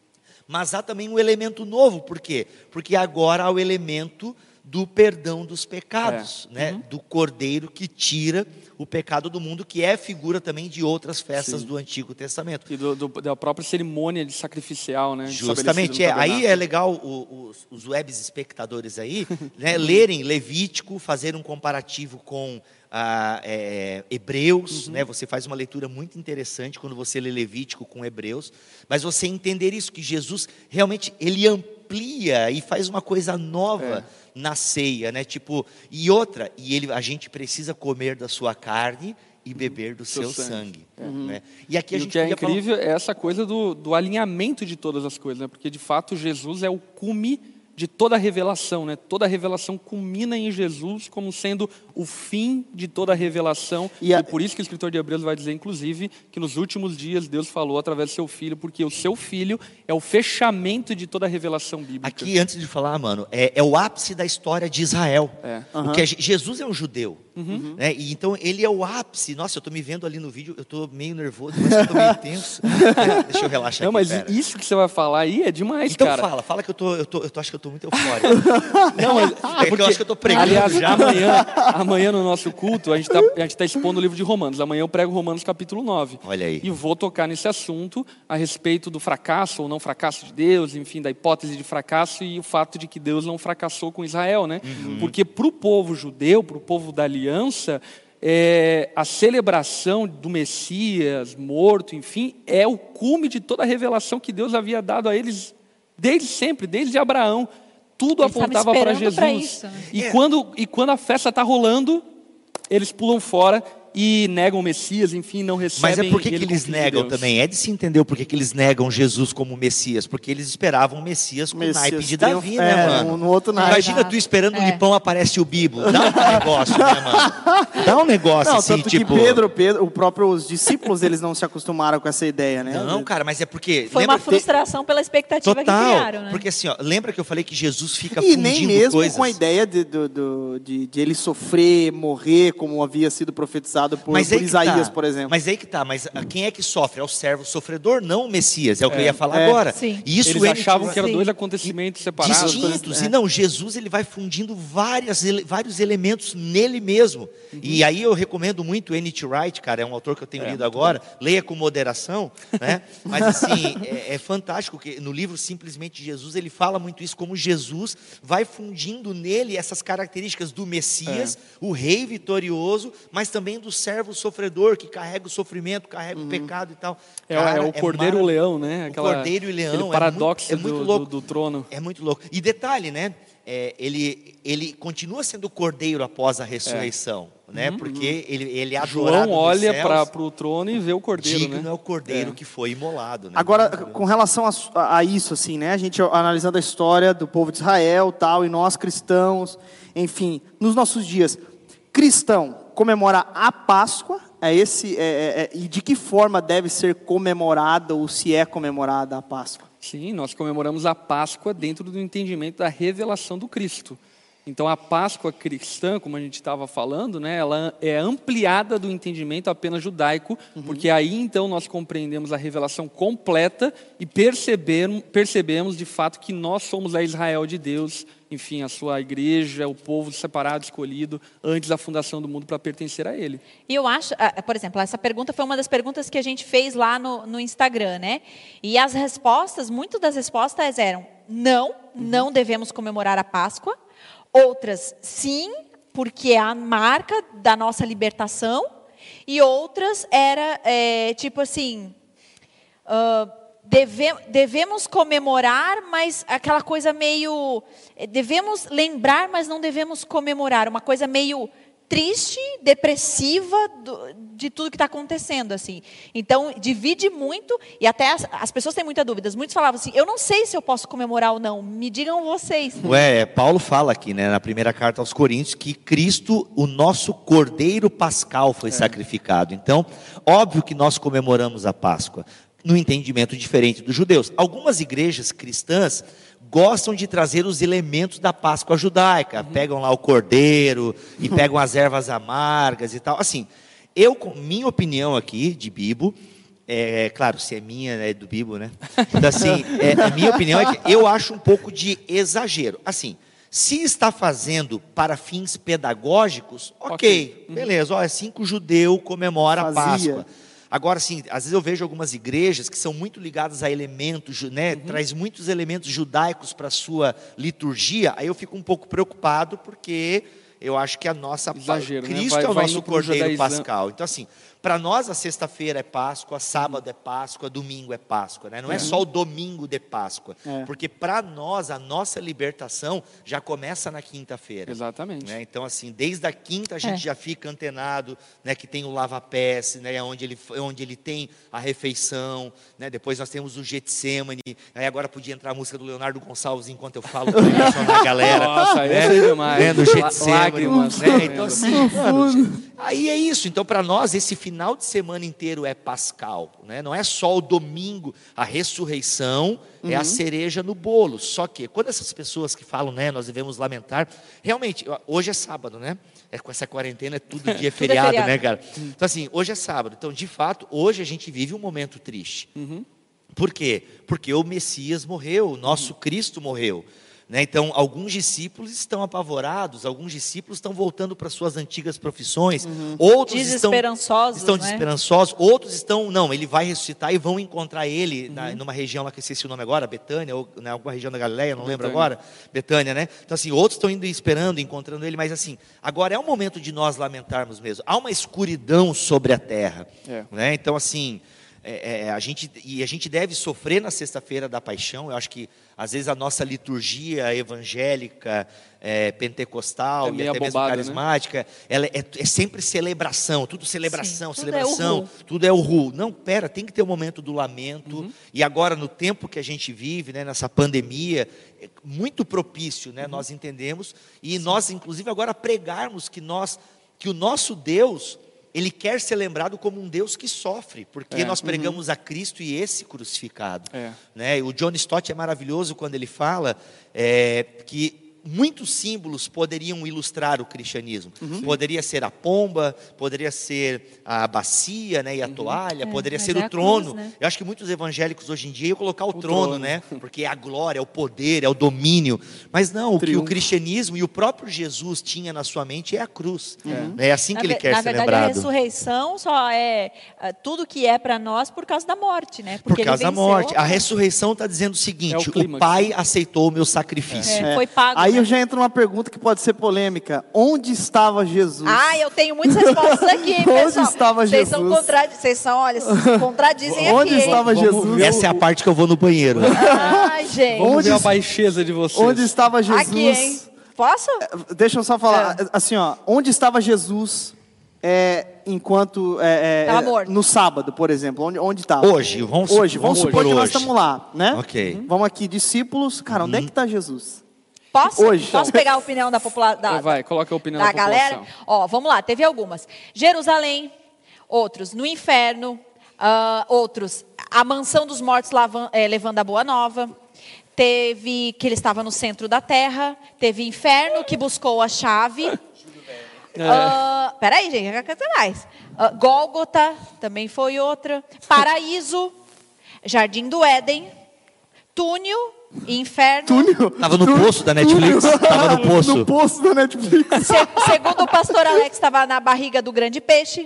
mas há também um elemento novo, por quê? Porque agora há o elemento do perdão dos pecados, é. né? Uhum. do Cordeiro que tira o pecado do mundo, que é figura também de outras festas Sim. do Antigo Testamento. E do, do, da própria cerimônia de sacrificial, né? Justamente, é. Aí é legal o, os, os webs espectadores aí, né? lerem Levítico, fazer um comparativo com ah, é, Hebreus, uhum. né? Você faz uma leitura muito interessante quando você lê Levítico com Hebreus, mas você entender isso, que Jesus realmente, ele amplia e faz uma coisa nova é. na ceia, né? Tipo, e outra, e ele, a gente precisa comer da sua carne e beber do seu, seu sangue. sangue uhum. né? E aqui a e gente o que é incrível falar... é essa coisa do, do alinhamento de todas as coisas, né? Porque de fato Jesus é o cume de toda a revelação, né? Toda a revelação culmina em Jesus como sendo o fim de toda a revelação. E, a... e por isso que o escritor de Hebreus vai dizer, inclusive, que nos últimos dias Deus falou através do seu Filho, porque o seu Filho é o fechamento de toda a revelação bíblica. Aqui, antes de falar, mano, é, é o ápice da história de Israel. É. Uhum. Porque Jesus é um judeu. Uhum. Né? E então ele é o ápice. Nossa, eu estou me vendo ali no vídeo, eu estou meio nervoso, mas eu estou meio tenso. É, deixa eu relaxar Não, aqui, mas pera. isso que você vai falar aí é demais, então cara. Então fala, fala que eu tô, eu tô, eu tô, acho que eu estou muito eufórico. Não, mas é porque eu acho que eu estou pregando. Aliás, já. amanhã, amanhã no nosso culto, a gente está tá expondo o livro de Romanos. Amanhã eu prego Romanos capítulo nove. Olha aí. E vou tocar nesse assunto a respeito do fracasso ou não fracasso de Deus, enfim, da hipótese de fracasso e o fato de que Deus não fracassou com Israel, né? Uhum. Porque para o povo judeu, para o povo da aliança, é, a celebração do Messias morto, enfim, é o cume de toda a revelação que Deus havia dado a eles desde sempre, desde Abraão. Tudo eles apontava para Jesus. Pra isso, né? E, é. quando, e quando a festa está rolando, eles pulam fora e negam o Messias, enfim, não recebem. Mas é por que, que eles negam de também? É de se entender o porquê que eles negam Jesus como Messias. Porque eles esperavam o Messias com o naipe de Davi, né, é, mano? No outro naipe. Imagina tu esperando é. um pão, aparece o Bibo. Dá um negócio, né, mano? Dá um negócio não, assim, tanto tipo... que Pedro, Pedro, o próprio, os discípulos, eles não se acostumaram com essa ideia, né? Não, cara, mas é porque... Foi lembra uma frustração pela expectativa Total, que criaram, né? Porque assim, ó, lembra que eu falei que Jesus fica e fundindo nem mesmo coisas? Com a ideia de, de, de, de, de ele sofrer, morrer, como havia sido profetizado por, por Isaías. Isaías, tá. por exemplo. Mas aí que tá, mas quem é que sofre? É o servo sofredor, não o Messias, é o que é. eu ia falar é. agora. Sim. E isso eles achavam ele... que eram Sim. dois acontecimentos separados. Distintos, é. e não, Jesus ele vai fundindo várias, vários elementos nele mesmo. Uhum. E aí eu recomendo muito N T Wright, cara, é um autor que eu tenho é, lido agora, bom. Leia com moderação, né? Mas assim, é, é fantástico que no livro Simplesmente Jesus, ele fala muito isso, como Jesus vai fundindo nele essas características do Messias, é. o rei vitorioso, mas também do do servo sofredor, que carrega o sofrimento, carrega uhum. o pecado e tal. É, Cara, é o cordeiro e o leão, né? Aquela, o cordeiro e o leão. O paradoxo é muito, é muito do, louco. Do, do trono. É muito louco. E detalhe, né? É, ele, ele continua sendo cordeiro após a ressurreição, é. né? Uhum. Porque ele, ele é adorado. João olha para o trono e vê o cordeiro, digno né? é o cordeiro é. que foi imolado. Né? Agora, com relação a, a isso, assim, né? A gente analisando a história do povo de Israel, tal, e nós cristãos, enfim, nos nossos dias, cristão comemora a Páscoa, é esse, é, é, e de que forma deve ser comemorada ou se é comemorada a Páscoa? Sim, nós comemoramos a Páscoa dentro do entendimento da revelação do Cristo. Então, a Páscoa cristã, como a gente estava falando, né, ela é ampliada do entendimento apenas judaico, uhum. porque aí, então, nós compreendemos a revelação completa e percebemos, percebemos, de fato, que nós somos a Israel de Deus, enfim, a sua igreja, o povo separado, escolhido, antes da fundação do mundo para pertencer a Ele. E eu acho, por exemplo, essa pergunta foi uma das perguntas que a gente fez lá no, no Instagram, né? E as respostas, muitas das respostas eram não, uhum. não devemos comemorar a Páscoa. Outras, sim, porque é a marca da nossa libertação. E outras era, é, tipo assim, uh, deve, devemos comemorar, mas aquela coisa meio... Devemos lembrar, mas não devemos comemorar. Uma coisa meio triste, depressiva do, de tudo que está acontecendo, assim. Então, divide muito, e até as, as pessoas têm muitas dúvidas. Muitos falavam assim, eu não sei se eu posso comemorar ou não, me digam vocês. Ué, Paulo fala aqui, né, na primeira carta aos Coríntios, que Cristo, o nosso Cordeiro Pascal, foi é. sacrificado. Então, óbvio que nós comemoramos a Páscoa, no entendimento diferente dos judeus. Algumas igrejas cristãs gostam de trazer os elementos da Páscoa judaica, uhum. pegam lá o cordeiro e pegam as ervas amargas e tal. Assim, eu, com minha opinião aqui de Bibo, é claro, se é minha, é do Bibo, né? Então, assim, é, a minha opinião é que eu acho um pouco de exagero. Assim, se está fazendo para fins pedagógicos, ok, okay. beleza, ó, é assim que o judeu comemora Fazia. a Páscoa. Agora, sim, às vezes eu vejo algumas igrejas que são muito ligadas a elementos, né, uhum. traz muitos elementos judaicos para a sua liturgia, aí eu fico um pouco preocupado, porque eu acho que a nossa... Exagero, Cristo né? vai, é o vai nosso Cordeiro Pascal. Então, assim, para nós a sexta-feira é Páscoa, sábado é Páscoa, domingo é Páscoa, né? Não é, é só o domingo de Páscoa, é. porque para nós a nossa libertação já começa na quinta-feira. Exatamente. Né? Então, assim, desde a quinta a gente é. já fica antenado, né, que tem o lava-pés, né, onde ele, onde ele tem a refeição, né? Depois nós temos o Getsemane, aí agora podia entrar a música do Leonardo Gonçalves enquanto eu falo para a galera. Nossa, né? Aí é demais. Né? Do Getsemane, Lágrimas, né? Então, assim, mano, aí é isso. Então, para nós, esse final de semana inteiro é pascal, né? Não é só o domingo, a ressurreição uhum. é a cereja no bolo. Só que, quando essas pessoas que falam, né, nós devemos lamentar, realmente, hoje é sábado, né? É, com essa quarentena, é tudo dia feriado, é feriado, né, cara? Então, assim, hoje é sábado. Então, de fato, hoje a gente vive um momento triste. Uhum. Por quê? Porque o Messias morreu, o nosso uhum. Cristo morreu. Né? Então, alguns discípulos estão apavorados, alguns discípulos estão voltando para suas antigas profissões, uhum. outros desesperançosos, estão, estão né? desesperançosos, outros estão, não, ele vai ressuscitar e vão encontrar ele uhum. na, numa região lá que eu esqueci o nome agora, Betânia, ou em alguma região da Galileia, não Betânia. lembro agora, Betânia, né? Então, assim, outros estão indo esperando, encontrando ele, mas assim, agora é o momento de nós lamentarmos mesmo. Há uma escuridão sobre a terra, é. né? Então, assim... É, é, a gente, e a gente deve sofrer na sexta-feira da paixão. Eu acho que às vezes a nossa liturgia evangélica, é, pentecostal é e até mesmo carismática, né? ela é, é sempre celebração, tudo celebração, Sim, celebração, tudo é o ru. Não, pera, tem que ter o um momento do lamento. Uhum. E agora no tempo que a gente vive, né, nessa pandemia, é muito propício, né, uhum. nós entendemos, e Sim. nós inclusive agora pregarmos que nós, que o nosso Deus, Ele quer ser lembrado como um Deus que sofre, porque é, nós pregamos uhum. a Cristo e esse crucificado. É. Né? O John Stott é maravilhoso quando ele fala é, que muitos símbolos poderiam ilustrar o cristianismo. Uhum. Poderia ser a pomba, poderia ser a bacia, né, e a uhum. toalha, é, poderia ser é o trono. Cruz, né? Eu acho que muitos evangélicos hoje em dia iam colocar o, o trono, trono, né? Porque é a glória, é o poder, é o domínio. Mas não, o que o cristianismo e o próprio Jesus tinha na sua mente é a cruz. Uhum. É assim que na ele quer ser lembrado. Na verdade, a ressurreição só é tudo que é para nós por causa da morte, né? Porque por causa da morte. A ressurreição está dizendo o seguinte, é o, o Pai aceitou o meu sacrifício. É, foi pago. Aí Aí né? eu já entro numa pergunta que pode ser polêmica. Onde estava Jesus? Ah, eu tenho muitas respostas aqui, hein, Onde pessoal? estava Vocês são Jesus? contradi... Vocês são, olha, se contradizem Onde aqui, estava hein? Jesus? Essa é a parte que eu vou no banheiro. Ai, gente. Vamos Onde- ver a baixeza de vocês. Onde estava Jesus? Aqui, hein? Posso? Deixa eu só falar, É. assim, ó. Onde estava Jesus é, enquanto... É, é, Tava morto. No sábado, por exemplo. Onde, onde estava? Hoje, vamos Hoje, su- vamos vamos supor supor que nós hoje. estamos lá, né? Ok. Uhum. Vamos aqui, discípulos. Cara, onde é que está Jesus? Posso? Hoje. Posso pegar a opinião da população? Vai, coloca a opinião da da galera? população. Ó, vamos lá, teve algumas. Jerusalém, outros no inferno, ah, outros a mansão dos mortos lavan- eh, levando a boa nova. Teve que ele estava no centro da terra. Teve inferno que buscou a chave. Ah, peraí, gente, eu quero ter mais. Ah, Gólgota também foi outra. Paraíso, Jardim do Éden, túnel, inferno. Túnel? Tava no poço da Netflix? Tava no poço. No poço da Netflix. Se- segundo o pastor Alex, estava na barriga do grande peixe.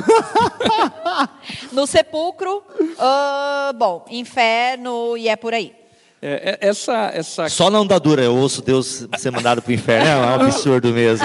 No sepulcro. ah, bom, inferno e é por aí. É, é, essa, essa, Só na andadura eu ouço Deus ser mandado pro inferno. É um absurdo mesmo.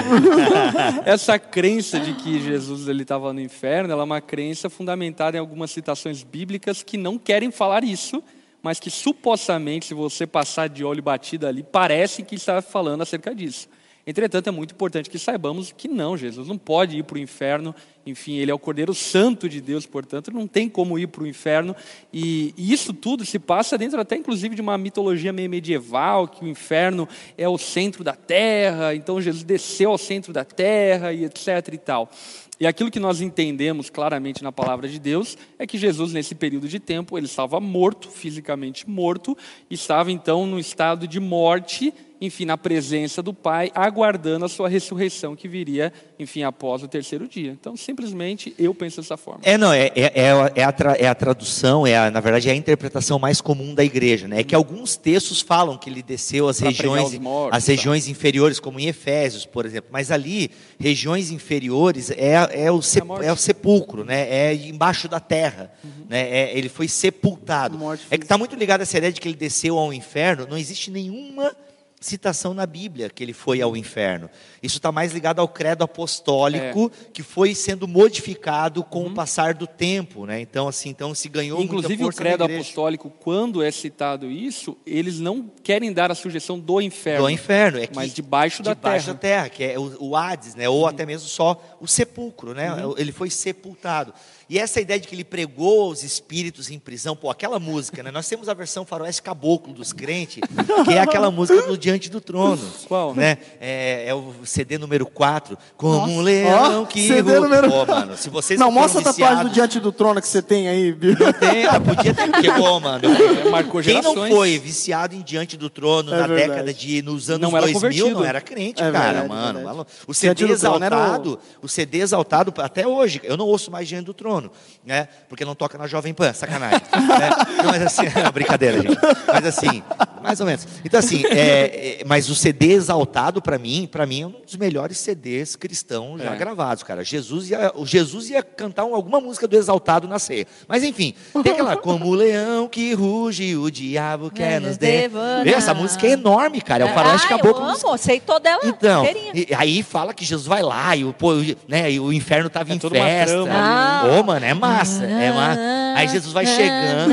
essa crença de que Jesus ele estava no inferno, ela é uma crença fundamentada em algumas citações bíblicas que não querem falar isso, mas que supostamente, se você passar de olho batido ali, parece que está falando acerca disso. Entretanto, é muito importante que saibamos que não, Jesus não pode ir para o inferno. Enfim, ele é o Cordeiro Santo de Deus, portanto, não tem como ir para o inferno. E, e isso tudo se passa dentro até, inclusive, de uma mitologia meio medieval, que o inferno é o centro da terra, então Jesus desceu ao centro da terra e etc e tal. E aquilo que nós entendemos claramente na palavra de Deus é que Jesus, nesse período de tempo, ele estava morto, fisicamente morto, e estava então num estado de morte, enfim, na presença do Pai, aguardando a sua ressurreição que viria, enfim, após o terceiro dia. Então, simplesmente, eu penso dessa forma. É, não, é, é, é, é, a, tra, é a tradução, é a, na verdade, é a interpretação mais comum da igreja, né? É que alguns textos falam que ele desceu às Pra pregar regiões, os mortos, às regiões inferiores, como em Efésios, por exemplo. Mas ali, regiões inferiores é, é, o, sep, morte. é o sepulcro, né? É embaixo da terra. Né? É, ele foi sepultado. Morte É que está muito ligado a essa ideia de que ele desceu ao inferno. Não existe nenhuma citação na Bíblia que ele foi ao inferno. Isso está mais ligado ao credo apostólico, É. que foi sendo modificado com o passar do tempo, né? Então, assim, então se ganhou Inclusive, muita o força credo na igreja. apostólico, quando é citado isso, eles não querem dar a sugestão do inferno, Do inferno, é que mas debaixo da debaixo terra. da terra, que é o, o Hades, né? Ou até mesmo só o sepulcro, né? Uhum. Ele foi sepultado. E essa ideia de que ele pregou os espíritos em prisão, pô, aquela música, né? Nós temos a versão faroeste caboclo dos crentes, que é aquela música do Diante do Trono. Qual? Né? É, é o C D número quatro, como um leão Ó, que... C D número- Pô, mano, se vocês Não, foram mostra a tatuagem do viciados- Diante do Trono que você tem aí, Bill. Tem, ah, podia ter, porque, pô, mano, Marcou quem não gerações. foi viciado em Diante do Trono É na verdade. década de, nos anos Não era dois mil, convertido. não era crente, É cara, verdade, mano. verdade. maluco. O Diante C D do Trono era o- exaltado, o C D exaltado, até hoje, eu não ouço mais Diante do Trono, né? Porque não toca na Jovem Pan, sacanagem. né? Não, mas assim, brincadeira, gente. Mas assim, mais ou menos. Então assim, é, é, mas o C D exaltado, para mim, para mim é um dos melhores C Ds cristãos já É. gravados, cara. Jesus ia, o Jesus ia cantar alguma música do exaltado na ceia. Mas enfim, tem aquela, como o leão que ruge, o diabo quer nos devorar. Essa música é enorme, cara. É o faroeste Ah, caboclo. eu dos- amo, sei toda ela Então, inteirinha. e aí fala que Jesus vai lá e o, pô, né, e o inferno estava É em toda uma festa. trama ali, Ô, mano, é massa, é massa. Aí Jesus vai chegando.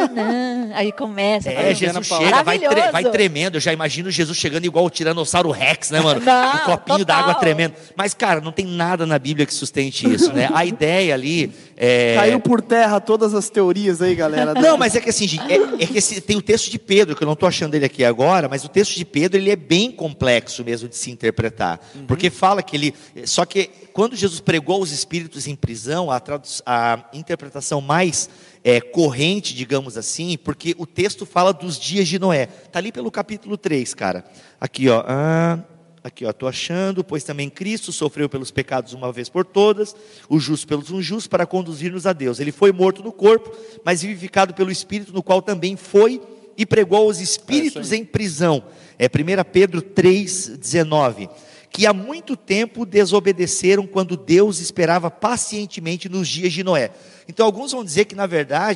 Aí começa. a É, fazer- Jesus Maravilhoso. chega, vai, tre- vai tremendo. Eu já imagino Jesus chegando igual o Tiranossauro Rex, né, mano? Não, um copinho total. d'água tremendo. Mas, cara, não tem nada na Bíblia que sustente isso, né? A ideia ali é... Caiu por terra todas as teorias aí, galera. Não, mas é que assim, gente, é, é que esse- tem o texto de Pedro, que eu não estou achando ele aqui agora, mas o texto de Pedro ele é bem complexo mesmo de se interpretar. Porque fala que ele. Só que quando Jesus pregou os espíritos em prisão, a, tradu- a interpretação mais é, corrente, digamos assim, porque o texto fala dos dias de Noé. Está ali pelo capítulo três, cara. Aqui, ó. Ah, Aqui, ó, estou achando, pois também Cristo sofreu pelos pecados uma vez por todas, o justo pelos injustos, para conduzir-nos a Deus. Ele foi morto no corpo, mas vivificado pelo Espírito, no qual também foi e pregou aos espíritos É em prisão. É primeira Pedro três, dezenove. Que há muito tempo desobedeceram quando Deus esperava pacientemente nos dias de Noé. Então alguns vão dizer que na verdade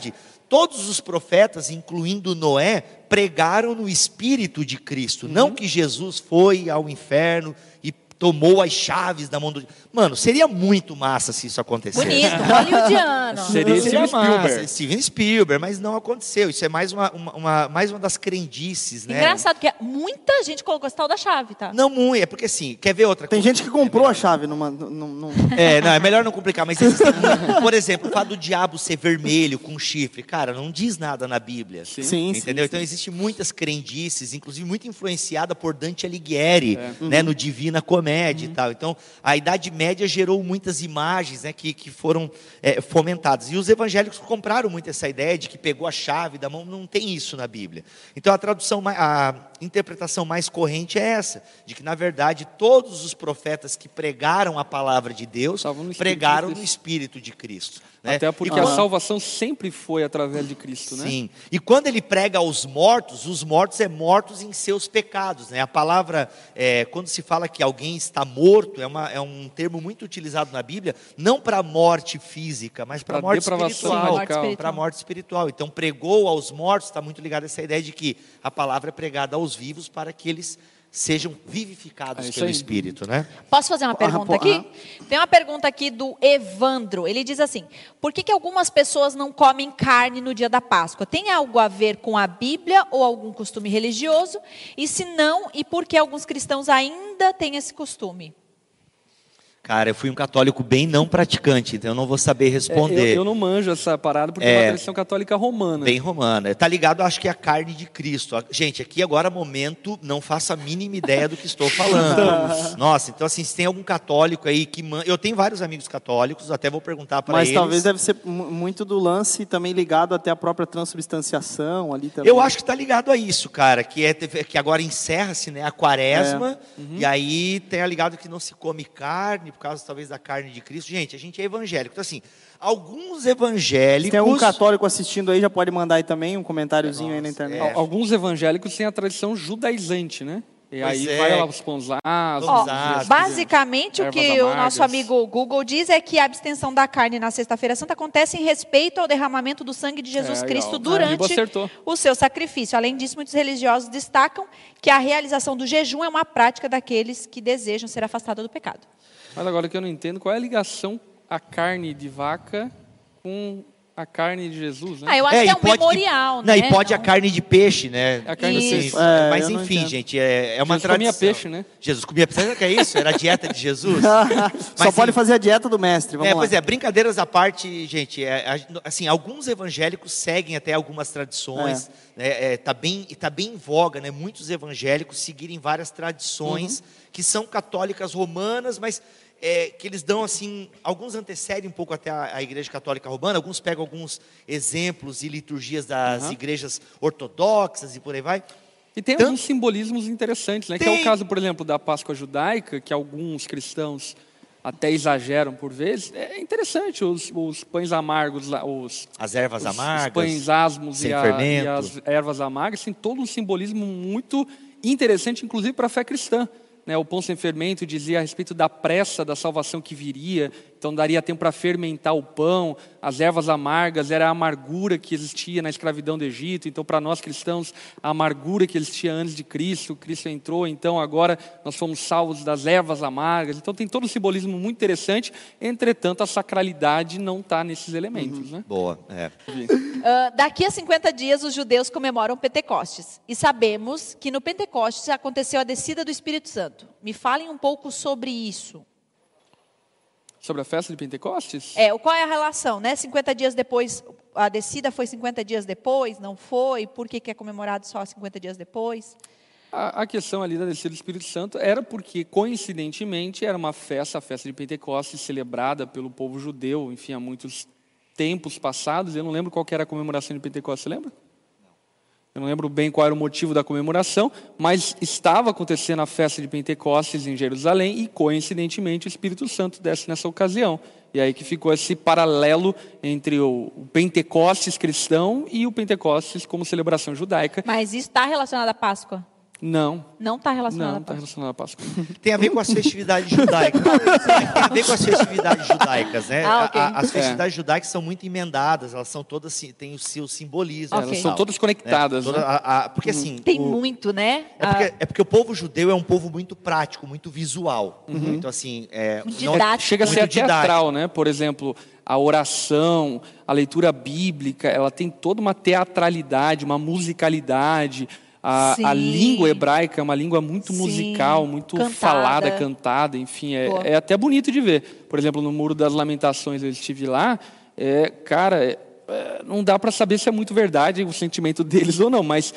todos os profetas, incluindo Noé, pregaram no Espírito de Cristo. Uhum. Não que Jesus foi ao inferno e tomou as chaves da mão do... Mano, seria muito massa se isso acontecesse. Bonito, hollywoodiano. Seria Steven Spielberg. Steven Spielberg, mas não aconteceu. Isso é mais uma, uma, uma, mais uma das crendices, né? Engraçado, que muita gente colocou esse tal da chave, tá? Não muito, é porque assim, quer ver outra Tem coisa? gente que comprou é a chave numa... Num, num... É, não, é melhor não complicar, mas existem, por exemplo, o fato do diabo ser vermelho com chifre, cara, não diz nada na Bíblia. Sim, sim. Entendeu? Sim, então sim. existem muitas crendices, inclusive muito influenciada por Dante Alighieri, É. né, Uhum. no Divina Comédia uhum. e tal. Então, a Idade Média gerou muitas imagens, né, que, que foram é, fomentadas. E os evangélicos compraram muito essa ideia de que pegou a chave da mão, não tem isso na Bíblia. Então, a tradução, a interpretação mais corrente é essa, de que, na verdade, todos os profetas que pregaram a palavra de Deus, no pregaram de no Espírito de Cristo. Né? Até porque quando... a salvação sempre foi através de Cristo, né? Sim. E quando ele prega aos mortos, os mortos é mortos em seus pecados, né? A palavra, é, quando se fala que alguém está morto, é, uma, é um termo muito utilizado na Bíblia, não para a morte física, mas para a morte espiritual. Para a morte espiritual. Então, pregou aos mortos, está muito ligado a essa ideia de que a palavra é pregada aos vivos para que eles sejam vivificados é pelo aí. Espírito, né? Posso fazer uma pergunta ah, aqui? ah. Tem uma pergunta aqui do Evandro. Ele diz assim: por que, que algumas pessoas não comem carne no dia da Páscoa? Tem algo a ver com a Bíblia ou algum costume religioso? E se não, e por que alguns cristãos ainda têm esse costume? Cara, eu fui um católico bem não praticante, então eu não vou saber responder. É, eu, eu não manjo essa parada porque é, é uma tradição católica romana. Bem romana. Está ligado, acho que é a carne de Cristo. Gente, aqui agora, momento, não faço a mínima ideia do que estou falando. Nossa, então assim, se tem algum católico aí que... Man... Eu tenho vários amigos católicos, até vou perguntar para eles. Mas talvez deve ser muito do lance também ligado até a própria transubstanciação ali também. Eu acho que está ligado a isso, cara, que, é, que agora encerra-se, né, a quaresma, é. uhum. E aí tem ligado que não se come carne, por causa talvez da carne de Cristo. Gente, a gente é evangélico. Então assim, alguns evangélicos... Se tem algum católico assistindo aí, já pode mandar aí também um comentáriozinho Nossa, aí na internet. É. Alguns evangélicos têm a tradição judaizante, né? E pois aí é. vai lá os pães Ó, basicamente, o que o nosso amigo Google diz é que a abstenção da carne na Sexta-feira Santa acontece em respeito ao derramamento do sangue de Jesus é, Cristo ó, durante o seu sacrifício. Além disso, muitos religiosos destacam que a realização do jejum é uma prática daqueles que desejam ser afastados do pecado. Mas agora que eu não entendo, qual é a ligação a carne de vaca com a carne de Jesus, né? Ah, eu acho é, que é um pode, memorial, e, né? Não, e pode não. a carne de peixe, né? A carne assim, de peixe. É, mas eu não enfim, entendo. gente, é, é uma Jesus tradição. comia peixe, né? Jesus comia peixe. Sabe o que é isso? Era a dieta de Jesus? Só Mas, pode sim, fazer a dieta do mestre, vamos é, lá. Pois é, brincadeiras à parte, gente, é, assim, alguns evangélicos seguem até algumas tradições, é. né, é, tá bem, tá bem em voga, né, muitos evangélicos seguirem várias tradições uhum. que são católicas romanas, mas é, que eles dão assim, alguns antecedem um pouco até a, a Igreja Católica Romana, alguns pegam alguns exemplos e liturgias das uhum. igrejas ortodoxas e por aí vai. E tem Tanto... alguns simbolismos interessantes, né? Tem. Que é o caso, por exemplo, da Páscoa judaica, que alguns cristãos até exageram por vezes. É interessante, os, os pães amargos, os, as ervas os, amargas, os pães asmos sem e, a, fermento. e as ervas amargas, tem todo um simbolismo muito interessante, inclusive para a fé cristã. Né, o pão sem fermento dizia a respeito da pressa da salvação que viria, então daria tempo para fermentar o pão. As ervas amargas era a amargura que existia na escravidão do Egito, então para nós cristãos, a amargura que existia antes de Cristo, Cristo entrou, então agora nós fomos salvos das ervas amargas, então tem todo um simbolismo muito interessante, entretanto a sacralidade não está nesses elementos. Uhum. Né? Boa, é. Uh, daqui a cinquenta dias os judeus comemoram Pentecostes, e sabemos que no Pentecostes aconteceu a descida do Espírito Santo. Me falem um pouco sobre isso. Sobre a festa de Pentecostes? É, qual é a relação, né? cinquenta dias depois, a descida foi cinquenta dias depois, não foi? Por que, que é comemorado só cinquenta dias depois? A, a questão ali da descida do Espírito Santo era porque, coincidentemente, era uma festa, a festa de Pentecostes, celebrada pelo povo judeu, enfim, há muitos tempos passados. Eu não lembro qual que era a comemoração de Pentecostes, você lembra? Eu não lembro bem qual era o motivo da comemoração, mas estava acontecendo a festa de Pentecostes em Jerusalém e, coincidentemente, o Espírito Santo desce nessa ocasião. E aí que ficou esse paralelo entre o Pentecostes cristão e o Pentecostes como celebração judaica. Mas isso está relacionado à Páscoa? Não, Não está relacionado não à está Páscoa. relacionado à Páscoa. Tem a ver com as festividades judaicas. Tem a ver com as festividades judaicas, né? Ah, ok. A- a- as festividades judaicas são muito emendadas, elas são todas, si- têm o seu simbolismo. Ok. Elas e são tal, todas né? conectadas, Toda né? a- a- porque assim... Tem o- muito, né? É porque, é porque o povo judeu é um povo muito prático, muito visual. Então, assim... É, Muito não- didático. Chega a ser muito teatral, né? Por exemplo, a oração, a leitura bíblica, ela tem toda uma teatralidade, uma musicalidade. A, a Sim. língua hebraica é uma língua muito Sim. musical, muito Cantada. falada, cantada, enfim, Boa. é, é até bonito de ver. Por exemplo, no Muro das Lamentações, eu estive lá, é, cara, é, é, não dá para saber se é muito verdade o sentimento deles ou não, mas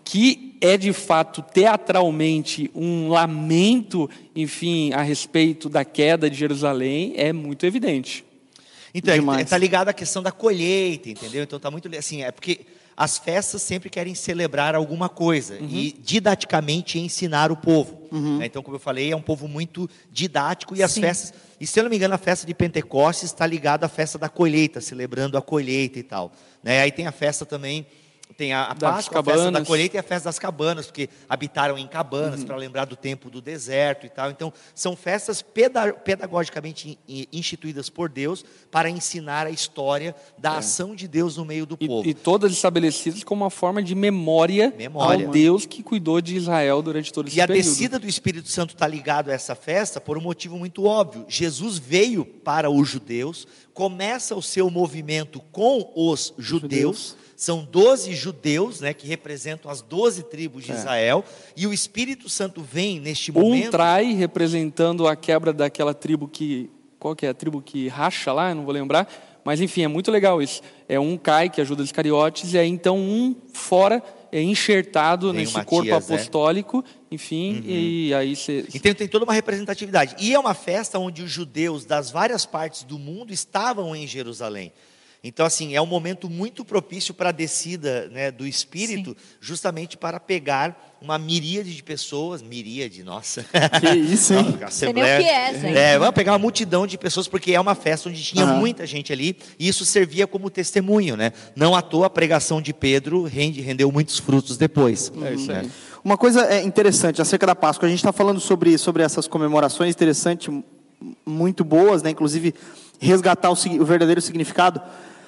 que é de fato teatralmente um lamento, enfim, a respeito da queda de Jerusalém, é muito evidente. Então, Demais. está ligado à questão da colheita, entendeu? Então, está muito... Assim, é porque as festas sempre querem celebrar alguma coisa e didaticamente ensinar o povo. Né? Então, como eu falei, é um povo muito didático e as Sim. festas... E, se eu não me engano, a festa de Pentecostes está ligada à festa da colheita, celebrando a colheita e tal. Né? Aí tem a festa também... Tem a, a Das Páscoa, a festa da cabanas. colheita e a festa das cabanas, porque habitaram em cabanas para lembrar do tempo do deserto e tal. Então, são festas peda- pedagogicamente in- instituídas por Deus para ensinar a história da ação de Deus no meio do E, povo. e todas estabelecidas como uma forma de memória, Memória. ao Deus que cuidou de Israel durante todo esse E a período. descida do Espírito Santo está ligado a essa festa por um motivo muito óbvio. Jesus veio para os judeus, começa o seu movimento com os judeus. São doze judeus, né, que representam as doze tribos de Israel. E o Espírito Santo vem neste Um momento... trai representando a quebra daquela tribo que... Qual que é a tribo que racha lá? Eu não vou lembrar. Mas, enfim, é muito legal isso. É um cai, que ajuda os Iscariotes, e aí, então, um fora é enxertado Vem o nesse Matias, corpo né? apostólico. Enfim, e aí você... Então tem toda uma representatividade. E é uma festa onde os judeus das várias partes do mundo estavam em Jerusalém. Então, assim, é um momento muito propício para a descida, né, do Espírito, Sim. justamente para pegar uma miríade de pessoas, miríade, nossa. Que isso, hein? Não, Sei nem o que é, gente. É, vamos pegar uma multidão de pessoas, porque é uma festa onde tinha Aham. muita gente ali, e isso servia como testemunho, né? Não à toa a pregação de Pedro rende, rendeu muitos frutos depois. É isso aí. Uma coisa é interessante acerca da Páscoa, a gente está falando sobre, sobre essas comemorações interessantes, m- muito boas, né? Inclusive resgatar o, sig- o verdadeiro significado.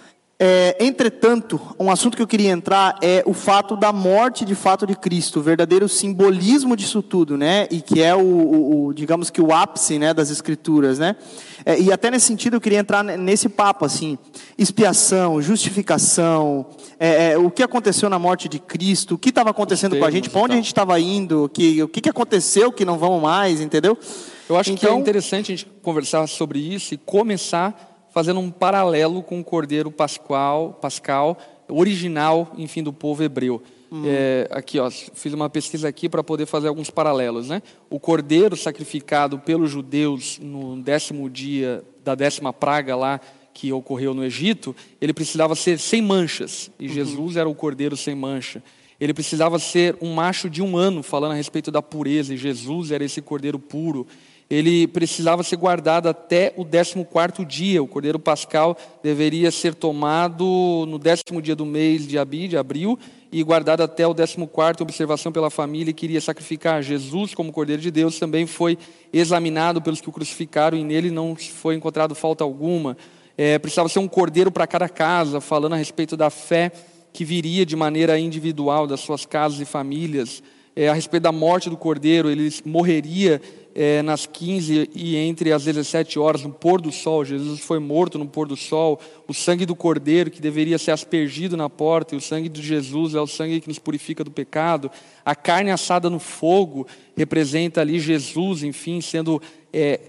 É, entretanto, um assunto que eu queria entrar é o fato da morte de fato de Cristo, o verdadeiro simbolismo disso tudo, né? E que é o, o- o, digamos que o ápice, né, das Escrituras, né? É, e até nesse sentido eu queria entrar nesse papo assim: expiação, justificação, é, é, o que aconteceu na morte de Cristo, o que estava acontecendo com a gente, termos para onde e a tal. gente estava indo, que, o que, que aconteceu que não vamos mais, entendeu? Eu acho que é Então, interessante a gente conversar sobre isso e começar fazendo um paralelo com o Cordeiro Pascual, Pascal, original, enfim, do povo hebreu. É, aqui, ó, fiz uma pesquisa aqui para poder fazer alguns paralelos, né? O cordeiro sacrificado pelos judeus no décimo dia da décima praga lá que ocorreu no Egito, ele precisava ser sem manchas, e Jesus era o cordeiro sem mancha. Ele precisava ser um macho de um ano, falando a respeito da pureza, e Jesus era esse cordeiro puro. Ele precisava ser guardado até o décimo quarto dia. O cordeiro pascal deveria ser tomado no décimo dia do mês de Abi, de abril, e guardado até o décimo quarto, observação pela família que iria sacrificar. Jesus, como cordeiro de Deus, também foi examinado pelos que o crucificaram, e nele não foi encontrado falta alguma. É, precisava ser um cordeiro para cada casa, falando a respeito da fé que viria de maneira individual das suas casas e famílias. É, a respeito da morte do cordeiro, ele morreria é, nas quinze e entre as dezessete horas, no pôr do sol. Jesus foi morto no pôr do sol. O sangue do cordeiro, que deveria ser aspergido na porta, e o sangue de Jesus é o sangue que nos purifica do pecado. A carne assada no fogo representa ali Jesus, enfim, sendo é,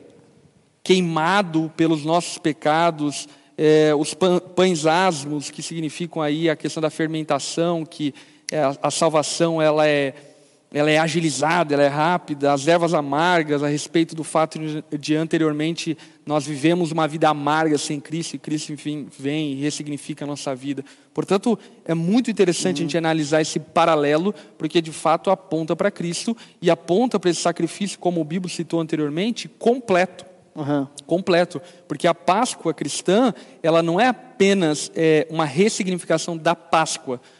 queimado pelos nossos pecados. É, os pães asmos, que significam aí a questão da fermentação, que é, a, a salvação ela é, ela é agilizada, ela é rápida. As ervas amargas, a respeito do fato de, de anteriormente nós vivemos uma vida amarga sem Cristo, e Cristo, enfim, vem e ressignifica a nossa vida. Portanto, é muito interessante uhum. a gente analisar esse paralelo, porque de fato aponta para Cristo e aponta para esse sacrifício, como o Bíblia citou anteriormente, completo. Uhum. Completo, porque a Páscoa cristã, ela não é apenas é, uma ressignificação da Páscoa,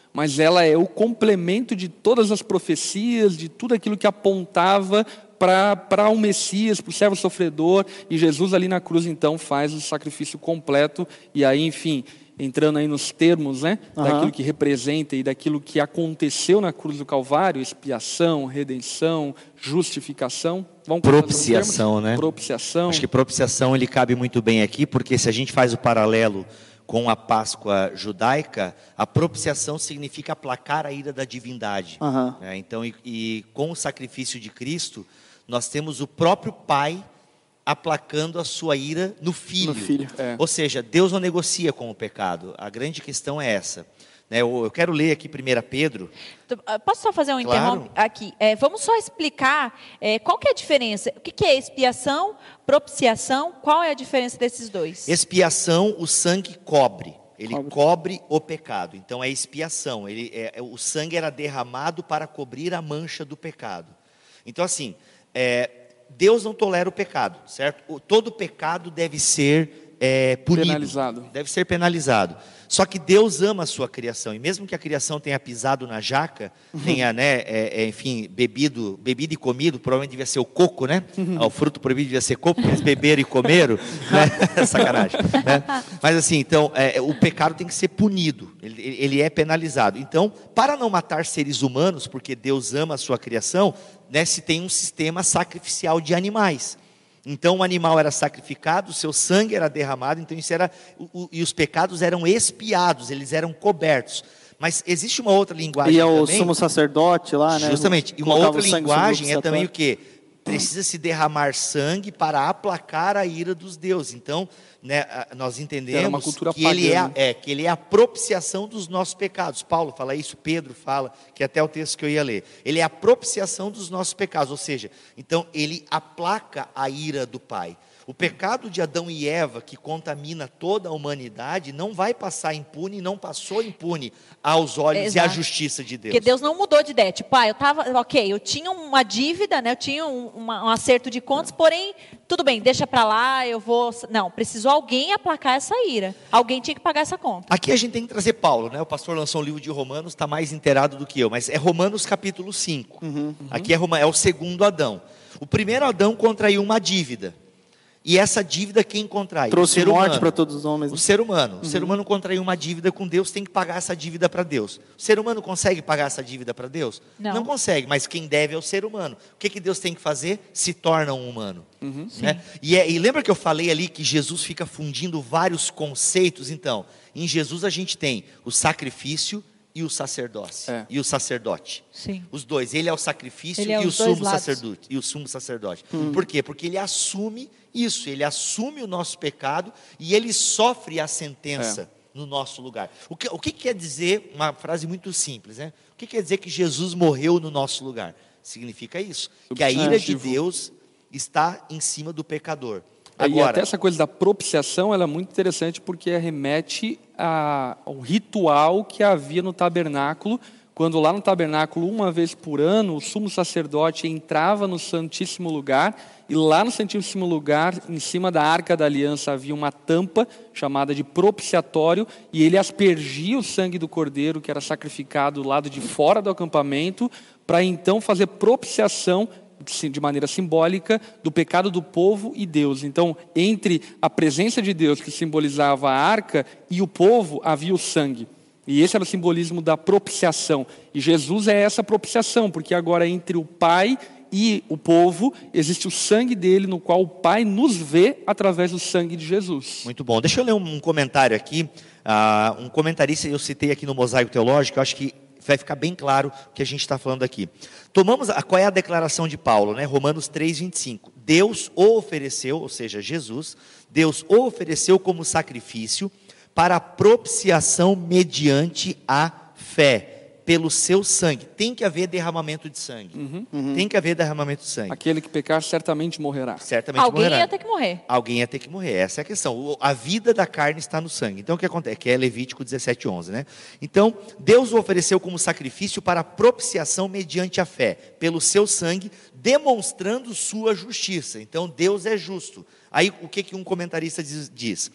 mas ela é o complemento de todas as profecias, de tudo aquilo que apontava para o Messias, para o servo sofredor, e Jesus ali na cruz então faz o sacrifício completo, e aí enfim, entrando aí nos termos, né, Uhum. daquilo que representa e daquilo que aconteceu na cruz do Calvário, expiação, redenção, justificação, vamos colocar nos Propiciação, termos? né? Propiciação. Acho que propiciação ele cabe muito bem aqui, porque se a gente faz o paralelo com a Páscoa judaica, a propiciação significa aplacar a ira da divindade. Uhum. né? Então, e, e com o sacrifício de Cristo, nós temos o próprio Pai aplacando a sua ira no Filho. No Filho, é. Ou seja, Deus não negocia com o pecado. A grande questão é essa. Né? Eu, eu quero ler aqui primeiro Pedro. Posso só fazer um Claro. interrompe aqui? É, vamos só explicar é, qual que é a diferença. O que, que é expiação, propiciação? Qual é a diferença desses dois? Expiação, o sangue cobre. Ele Cobre. cobre o pecado. Então é expiação. Ele, é, é- o sangue era derramado para cobrir a mancha do pecado. Então assim, é, Deus não tolera o pecado, certo? O- todo pecado deve ser é, punido. Penalizado. Deve ser penalizado. Só que Deus ama a sua criação. E mesmo que a criação tenha pisado na jaca, tenha, né, é, é, enfim, bebido, bebido e comido, provavelmente devia ser o coco, né? Ah, o fruto proibido devia ser coco, porque eles beberam e comeram, né? Sacanagem. Né? Mas assim, então, é, o pecado tem que ser punido. Ele, ele é penalizado. Então, para não matar seres humanos, porque Deus ama a sua criação, né, se tem um sistema sacrificial de animais. Então o animal era sacrificado, o seu sangue era derramado, então isso era, o, o, e os pecados eram expiados, eles eram cobertos. Mas existe uma outra linguagem E é o também, sumo sacerdote lá, né? justamente, e uma Colocava outra o sangue sobre o linguagem é também o propiciatório. quê? Precisa se derramar sangue para aplacar a ira dos deuses. Então, né, a- nós Era entendemos uma cultura que ele é, a- pagã. é, que ele é a propiciação dos nossos pecados. Paulo fala isso, Pedro fala, que é até o texto que eu ia ler. Ele é a propiciação dos nossos pecados, ou seja, então ele aplaca a ira do Pai. O pecado de Adão e Eva, que contamina toda a humanidade, não vai passar impune, não passou impune aos olhos e à Exato. justiça de Deus. Porque Deus não mudou de ideia. Tipo, ah, eu tava, ok, eu tinha uma dívida, né? Eu tinha um, uma- um acerto de contas, porém, tudo bem, deixa pra lá, eu vou. Não, precisou alguém aplacar essa ira. Alguém tinha que pagar essa conta. Aqui a gente tem que trazer Paulo, né? O pastor lançou um livro de Romanos, está mais inteirado do que eu, mas é Romanos capítulo cinco. Aqui é, Roma- é o segundo Adão. O primeiro Adão contraiu uma dívida. E essa dívida quem contrai? Trouxe o ser morte humano. para todos os homens. O ser humano. O ser humano contraiu uma dívida com Deus, tem que pagar essa dívida para Deus. O ser humano consegue pagar essa dívida para Deus? Não. consegue, mas quem deve é o ser humano. O que, que Deus tem que fazer? Se torna um humano. Sim. Né? E, é- e lembra que eu falei ali que Jesus fica fundindo vários conceitos? Então, em Jesus a gente tem o sacrifício e o sacerdócio. É. E o sacerdote. Sim. Os dois, ele é o sacrifício Ele é e o os dois sumo lados. sacerdote. E o sumo sacerdote. Por quê? Porque ele assume isso, ele assume o nosso pecado e ele sofre a sentença no nosso lugar. O que, o que quer dizer, uma frase muito simples, né? O que quer dizer que Jesus morreu no nosso lugar? Significa isso, que a ira de Substantivo. Deus está em cima do pecador. E até Agora, essa coisa da propiciação, ela é muito interessante porque remete a- ao ritual que havia no tabernáculo, quando lá no tabernáculo, uma vez por ano, o sumo sacerdote entrava no Santíssimo Lugar, e lá no Santíssimo Lugar, em cima da Arca da Aliança, havia uma tampa chamada de propiciatório, e ele aspergia o sangue do cordeiro, que era sacrificado do lado de fora do acampamento, para então fazer propiciação de maneira simbólica, do pecado do povo e Deus. Então, entre a presença de Deus, que simbolizava a arca, e o povo, havia o sangue. E esse era o simbolismo da propiciação. E Jesus é essa propiciação, porque agora entre o Pai e o povo, existe o sangue dele, no qual o Pai nos vê através do sangue de Jesus. muito bom. Deixa eu ler um, um comentário aqui. Ah, um comentarista, eu citei aqui no Mosaico Teológico, eu acho que vai ficar bem claro o que a gente está falando aqui. Tomamos, a, qual é a declaração de Paulo, né? Romanos três, vinte e cinco. Deus o ofereceu, ou seja, Jesus, Deus o ofereceu como sacrifício para a propiciação mediante a fé, pelo seu sangue. Tem que haver derramamento de sangue. Tem que haver derramamento de sangue. Aquele que pecar certamente morrerá. Certamente Alguém morrerá. ia ter que morrer. Alguém ia ter que morrer, essa é a questão. O- A vida da carne está no sangue. Então o que acontece? Que é Levítico dezessete, onze, né? Então, Deus o ofereceu como sacrifício para propiciação mediante a fé, pelo seu sangue, demonstrando sua justiça. Então Deus é justo. Aí o que, que um comentarista diz, diz?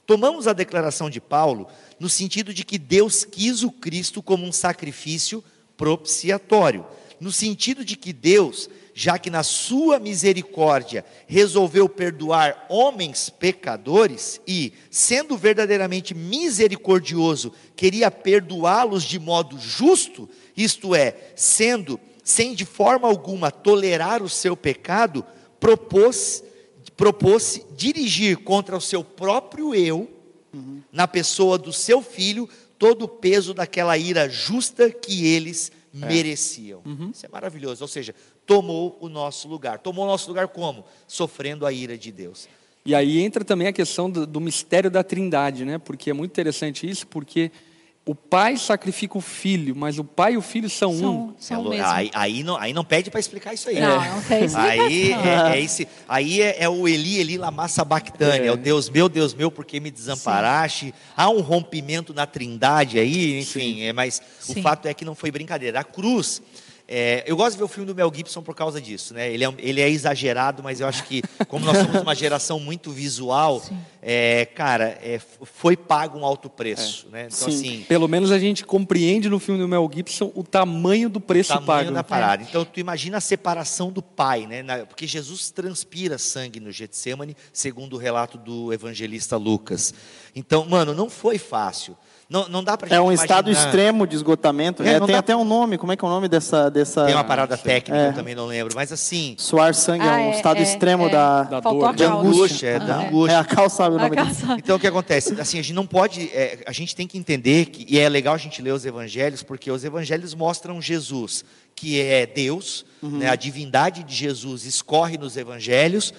Tomamos a declaração de Paulo no sentido de que Deus quis o Cristo como um sacrifício propiciatório, no sentido de que Deus, já que na sua misericórdia resolveu perdoar homens pecadores e, sendo verdadeiramente misericordioso, queria perdoá-los de modo justo, isto é, sendo, sem de forma alguma tolerar o seu pecado, propôs, propôs dirigir contra o seu próprio eu, uhum. na pessoa do seu filho, todo o peso daquela ira justa que eles é. mereciam. Uhum. Isso é maravilhoso, ou seja, tomou o nosso lugar. Tomou o nosso lugar como? Sofrendo a ira de Deus. E aí entra também a questão do, do mistério da Trindade, né? Porque é muito interessante isso, porque o pai sacrifica o filho, mas o pai e o filho são, são um. São é, mesmo. Aí, aí, não, aí não pede para explicar isso aí. Não, né? não tem explicação. Aí é, é, esse, aí é, é o Eli, Eli lama sabachthani, é. é o Deus meu, Deus meu, porque me desamparaste. Sim. Há um rompimento na Trindade aí, enfim, é, mas Sim. o fato é que não foi brincadeira. A cruz... É, eu gosto de ver o filme do Mel Gibson por causa disso, né? Ele é, ele é exagerado, mas eu acho que, como nós somos uma geração muito visual, é, cara, é, foi pago um alto preço, é. né? Então, assim, pelo menos a gente compreende no filme do Mel Gibson o tamanho do preço pago. O pago. tamanho da parada. É. Então, tu imagina a separação do pai, né? Na, porque Jesus transpira sangue no Getsemane, segundo o relato do evangelista Lucas. Então, mano, não foi fácil. Não, não dá pra gente É um imaginar. estado extremo de esgotamento. É, É, tem dá... até um nome. Como é que é o nome dessa... dessa... Tem uma parada técnica, é. eu também não lembro. Mas assim... Suar sangue ah, é um é, estado é, extremo é. da... da dor. De angústia. É, ah, da é. angústia. É, a Cal sabe o nome disso. Então, o que acontece? Assim, a gente não pode... É, a gente tem que entender, que, e é legal a gente ler os evangelhos, porque os evangelhos mostram Jesus, que é Deus, uhum. né, a divindade de Jesus escorre nos evangelhos,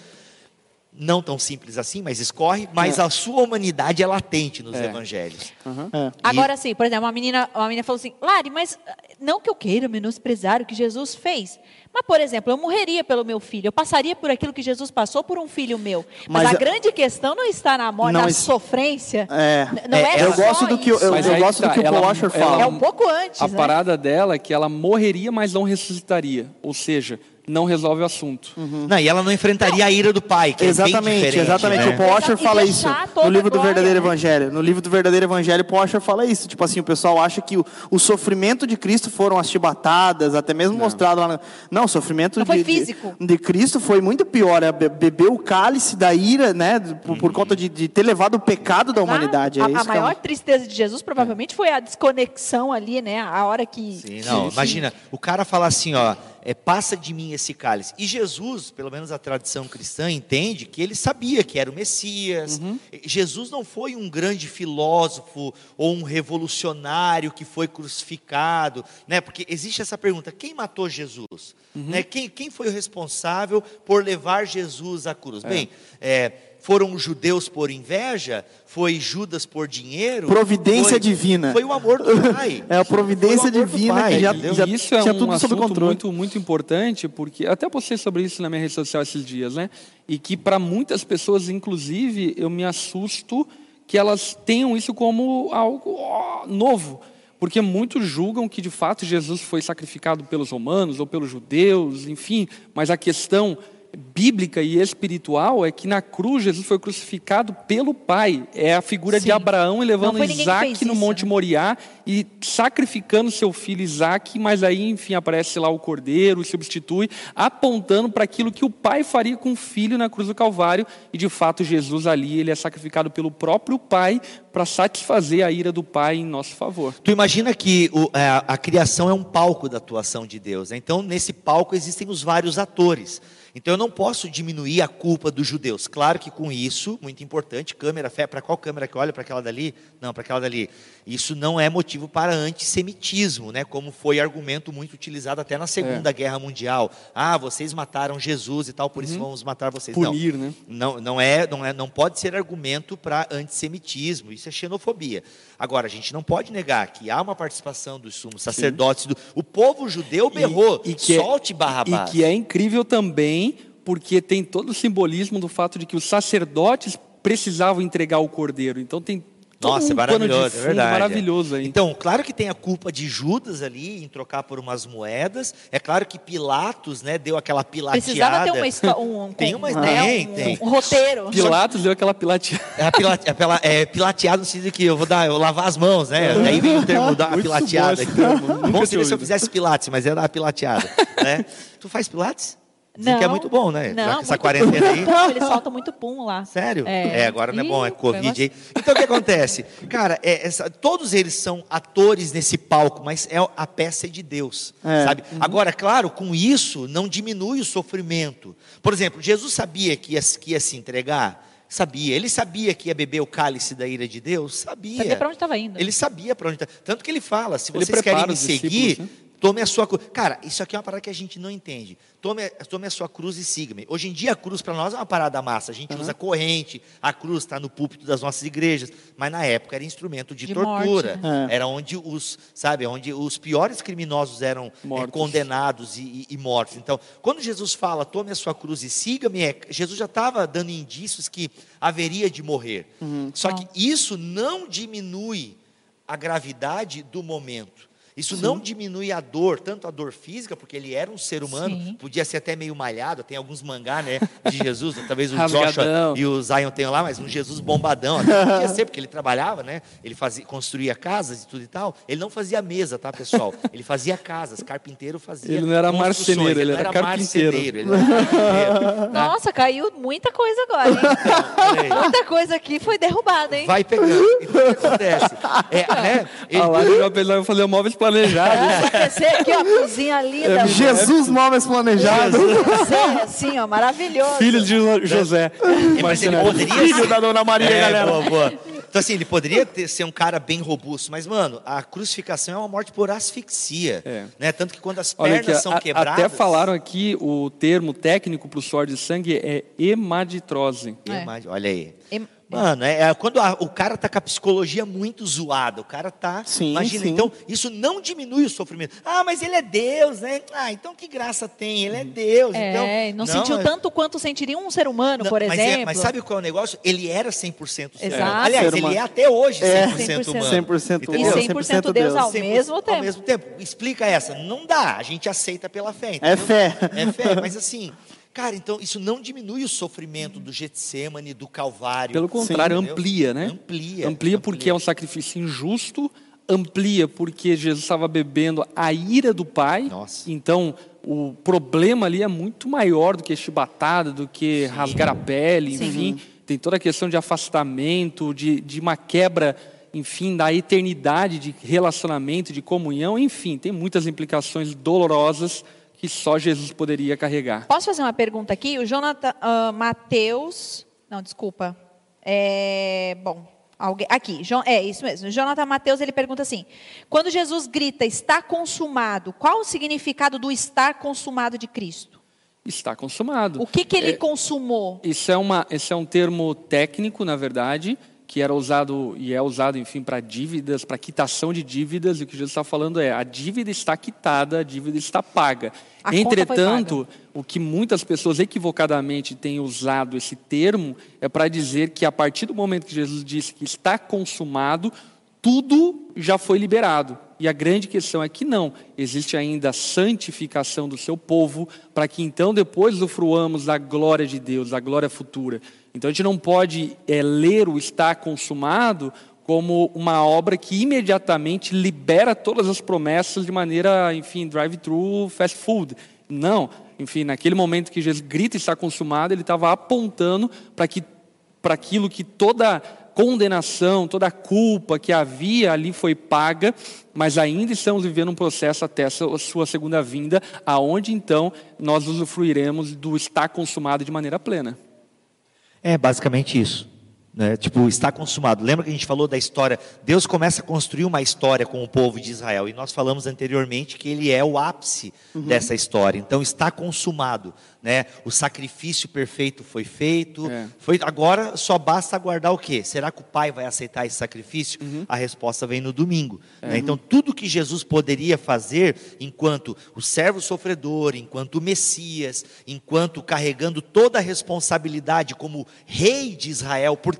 não tão simples assim, mas escorre, mas é. a sua humanidade é latente nos é. evangelhos. Uhum. É. Agora sim, por exemplo, uma menina, uma menina falou assim, Lari, mas não que eu queira menosprezar o que Jesus fez, mas, por exemplo, eu morreria pelo meu filho, eu passaria por aquilo que Jesus passou por um filho meu. Mas, mas a, a grande questão não está na morte, na isso, sofrência. É, não é, é eu gosto do que eu, eu, eu gosto tá, do que ela, o Paul Washer fala. É um pouco antes. A né? parada dela é que ela morreria, mas não ressuscitaria. Ou seja, não resolve o assunto. Uhum. Não, e ela não enfrentaria não. a ira do pai, que exatamente, é bem exatamente. Né? O Paul Washer fala isso no livro do glória, Verdadeiro né? Evangelho. No livro do Verdadeiro Evangelho, o Paul Washer fala isso. Tipo assim, o pessoal acha que o, o sofrimento de Cristo foram as chibatadas, até mesmo não. mostrado lá. No... Não, o sofrimento não de, foi físico. De, de Cristo foi muito pior. É beber o cálice da ira, né? Por, por conta de, de ter levado o pecado da humanidade. A, é isso a maior é... tristeza de Jesus provavelmente foi a desconexão ali, né? A hora que... Sim, não, sim, imagina, sim. o cara fala assim, ó, é, passa de mim esse cálice. E Jesus, pelo menos a tradição cristã, entende que ele sabia que era o Messias. Uhum. Jesus não foi um grande filósofo ou um revolucionário que foi crucificado, né? Porque existe essa pergunta, quem matou Jesus? Uhum. Né? Quem, quem foi o responsável por levar Jesus à cruz? É. Bem, é, foram os judeus por inveja? Foi Judas por dinheiro? Providência foi, divina. Foi o amor do Pai. É a providência divina pai, que já, já e isso é tinha um tudo sob assunto controle. muito, muito importante, porque até postei sobre isso na minha rede social esses dias, né? E que para muitas pessoas, inclusive, eu me assusto que elas tenham isso como algo oh, novo. Porque muitos julgam que, de fato, Jesus foi sacrificado pelos romanos ou pelos judeus, enfim. Mas a questão bíblica e espiritual é que na cruz Jesus foi crucificado pelo Pai. É a figura Sim. de Abraão levando Isaac no Monte né? Moriá e sacrificando seu filho Isaac, mas aí, enfim, aparece lá o Cordeiro, substitui, apontando para aquilo que o Pai faria com o filho na cruz do Calvário. E, de fato, Jesus ali, ele é sacrificado pelo próprio Pai para satisfazer a ira do Pai em nosso favor. Tu imagina que o, a, a criação é um palco da atuação de Deus, né? Então, nesse palco existem os vários atores. Então eu não posso diminuir a culpa dos judeus. Claro que com isso, muito importante, câmera, fé, para qual câmera que olha? Para aquela dali? Não, para aquela dali. Isso não é motivo para antissemitismo, né? Como foi argumento muito utilizado até na Segunda é. Guerra Mundial. Ah, vocês mataram Jesus e tal, por isso uhum. vamos matar vocês. Punir, não, né? Não, não, é, não, é, não pode ser argumento para antissemitismo. Isso é xenofobia. Agora, a gente não pode negar que há uma participação dos sumos sacerdotes. Do, o povo judeu berrou, e, e que solte é, Barrabás. E que é incrível também, porque tem todo o simbolismo do fato de que os sacerdotes precisavam entregar o cordeiro. Então tem todo Nossa, um é pano de maravilhoso, é fundo verdade. maravilhoso aí. Então, claro que tem a culpa de Judas ali em trocar por umas moedas. É claro que Pilatos, né, deu aquela pilateada. Precisava ter uma histó- um, Tem uma- né, tem, um, tem. um roteiro. Pilatos deu aquela pilateada. É, pila, é, pila, é pilateado no sentido que eu vou dar, eu vou lavar as mãos, né? Aí vem o termo dar uma Muito pilateada. bom esse aqui. termo, nunca Bom tinha seria se eu ouvido. fizesse pilates, mas ia dar uma pilateada, né? Tu faz pilates? Dizem Não, que é muito bom, né? Não, Já que essa muito quarentena aí. Não, eles soltam muito pum lá. Sério? É. É, agora não é bom, é Ih, Covid aí. Então o que acontece? Cara, é, essa- todos eles são atores nesse palco, mas é a peça é de Deus, É. sabe? Agora, claro, com isso não diminui o sofrimento. Por exemplo, Jesus sabia que ia, que ia se entregar? Sabia. Ele sabia que ia beber o cálice da ira de Deus? Sabia. Sabia para onde estava indo. Ele sabia para onde estava. Tanto que ele fala, se Ele vocês prepara querem me os seguir, discípulos, né? tome a sua cruz. Cara, isso aqui é uma parada que a gente não entende. Tome, tome a sua cruz e siga-me. Hoje em dia a cruz para nós é uma parada massa. A gente Uhum. usa corrente, a cruz está no púlpito das nossas igrejas, mas na época era instrumento de, De tortura. morte, né? É. Era onde os, sabe, onde os piores criminosos eram é, Mortos. condenados e, e- e mortos. Então, quando Jesus fala, tome a sua cruz e siga-me, é, Jesus já estava dando indícios que haveria de morrer. Só que isso não diminui a gravidade do momento. Isso não diminui a dor, tanto a dor física, porque ele era um ser humano, Sim. podia ser até meio malhado, tem alguns mangá, né, de Jesus, talvez o Rasgadão. Joshua e o Zion tenham lá, mas um Jesus bombadão, até podia ser, porque ele trabalhava, né, ele fazia, construía casas e tudo e tal, ele não fazia mesa, tá, pessoal? Ele fazia casas, carpinteiro fazia Ele não era construções, marceneiro, ele não era carpinteiro. marceneiro, ele era carpinteiro, tá? Nossa, caiu muita coisa agora, hein? Olha aí. Muita coisa aqui foi derrubada, hein? Vai pegando. Então, o que acontece? É, né, ele- Ah lá, ele vai pensar em fazer móveis planejados. Você aqui, ó, cozinha linda. Jesus Móveis Planejados. Você, assim, ó, maravilhoso. Filho de Jo- José. mas ele Marcenaria. poderia Filho da Dona Maria, É, galera. boa, boa. Então, assim, ele poderia ter, ser um cara bem robusto, mas, mano, a crucificação é uma morte por asfixia. É. Né? Tanto que quando as Olha pernas aqui, são a- quebradas. até falaram aqui o termo técnico para o suor de sangue é hemaditrose. É. Imagina, olha aí. Em- Mano, é, é quando a- o cara tá com a psicologia muito zoada, o cara tá. Sim, imagina, sim. então, isso não diminui o sofrimento. Ah, mas ele é Deus, né? Ah, então que graça tem? Ele é Deus. É, então, não, sentiu é- tanto quanto sentiria um ser humano, Não, por mas, exemplo. é- mas sabe qual é o negócio? Ele era cem por cento ser humano. Exato. Aliás, Ser ele humano. é até hoje É. cem por cento humano. cem por cento E Entendeu? cem por cento Deus ao cem por cento mesmo tempo. Ao mesmo tempo. Explica essa. Não dá, a gente aceita pela fé. É entendeu? fé. É fé, mas assim, cara, então isso não diminui o sofrimento do Getsemane, do Calvário. Pelo contrário, entendeu? amplia, né? Amplia. Amplia porque é um sacrifício injusto, amplia porque Jesus estava bebendo a ira do Pai. Nossa. Então, o problema ali é muito maior do que chibatada, do que rasgar a pele, Sim. enfim. Tem toda a questão de afastamento, de, de uma quebra, enfim, da eternidade de relacionamento, de comunhão, enfim, tem muitas implicações dolorosas que só Jesus poderia carregar. Posso fazer uma pergunta aqui? O Jonathan ah, Mateus. Não, desculpa. É, bom, alguém, aqui, Jo- é isso mesmo. O Jonathan Mateus, ele pergunta assim: quando Jesus grita, está consumado, qual o significado do estar consumado de Cristo? Está consumado. O que, que ele É, consumou? Isso é, uma, esse é um termo técnico, na verdade, que era usado e é usado, enfim, para dívidas, para quitação de dívidas. E o que Jesus está falando é: a dívida está quitada, a dívida está paga. A conta foi Entretanto, o que muitas pessoas equivocadamente têm usado esse termo é para dizer que a partir do momento que Jesus disse que está consumado, tudo já foi liberado. E a grande questão é que não, existe ainda a santificação do seu povo, para que então depois usufruamos da glória de Deus, da glória futura. Então a gente não pode é, ler o está consumado como uma obra que imediatamente libera todas as promessas de maneira, enfim, drive-thru, fast food. Não, enfim, naquele momento que Jesus grita está consumado, ele estava apontando para que, para aquilo que toda condenação, toda a culpa que havia ali foi paga, mas ainda estamos vivendo um processo até a sua segunda vinda, aonde então nós usufruiremos do estar consumado de maneira plena. É basicamente isso. Né? Tipo, está consumado. Lembra que a gente falou da história? Deus começa a construir uma história com o povo de Israel. E nós falamos anteriormente que ele é o ápice uhum. dessa história. Então está consumado. Né? O sacrifício perfeito foi feito. É. Foi, agora só basta aguardar o quê? Será que o Pai vai aceitar esse sacrifício? Uhum. A resposta vem no domingo. É. Né? Então tudo que Jesus poderia fazer enquanto o servo sofredor, enquanto o Messias, enquanto carregando toda a responsabilidade como rei de Israel. Por quê?